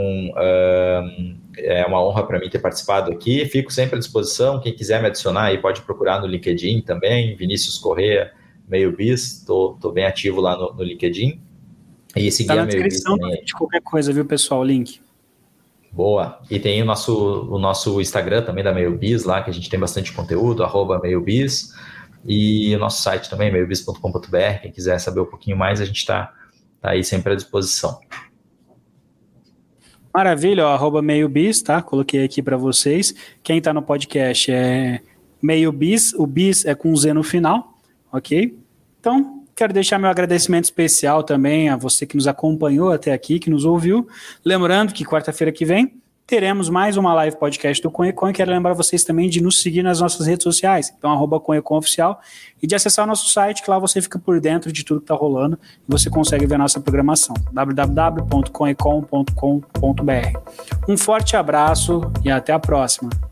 é uma honra para mim ter participado aqui. Fico sempre à disposição. Quem quiser me adicionar aí pode procurar no LinkedIn também, Vinícius Corrêa, MeioBiz. Estou bem ativo lá no LinkedIn. E seguir a MeioBiz também. De qualquer coisa, viu, pessoal? O link. Boa. E tem o nosso Instagram também da MeioBiz lá, que a gente tem bastante conteúdo, @MeioBiz. E o nosso site também, meiobiz.com.br. Quem quiser saber um pouquinho mais, a gente está aí sempre à disposição. Maravilha, ó, @MeioBiz, tá? Coloquei aqui para vocês. Quem está no podcast é MeioBiz, o Biz é com Z no final, ok? Então, quero deixar meu agradecimento especial também a você que nos acompanhou até aqui, que nos ouviu. Lembrando que quarta-feira que vem teremos mais uma live podcast do Conecon e quero lembrar vocês também de nos seguir nas nossas redes sociais, então @ConecomOficial, e de acessar o nosso site, que lá você fica por dentro de tudo que está rolando e você consegue ver a nossa programação, www.conecom.com.br. Um forte abraço e até a próxima.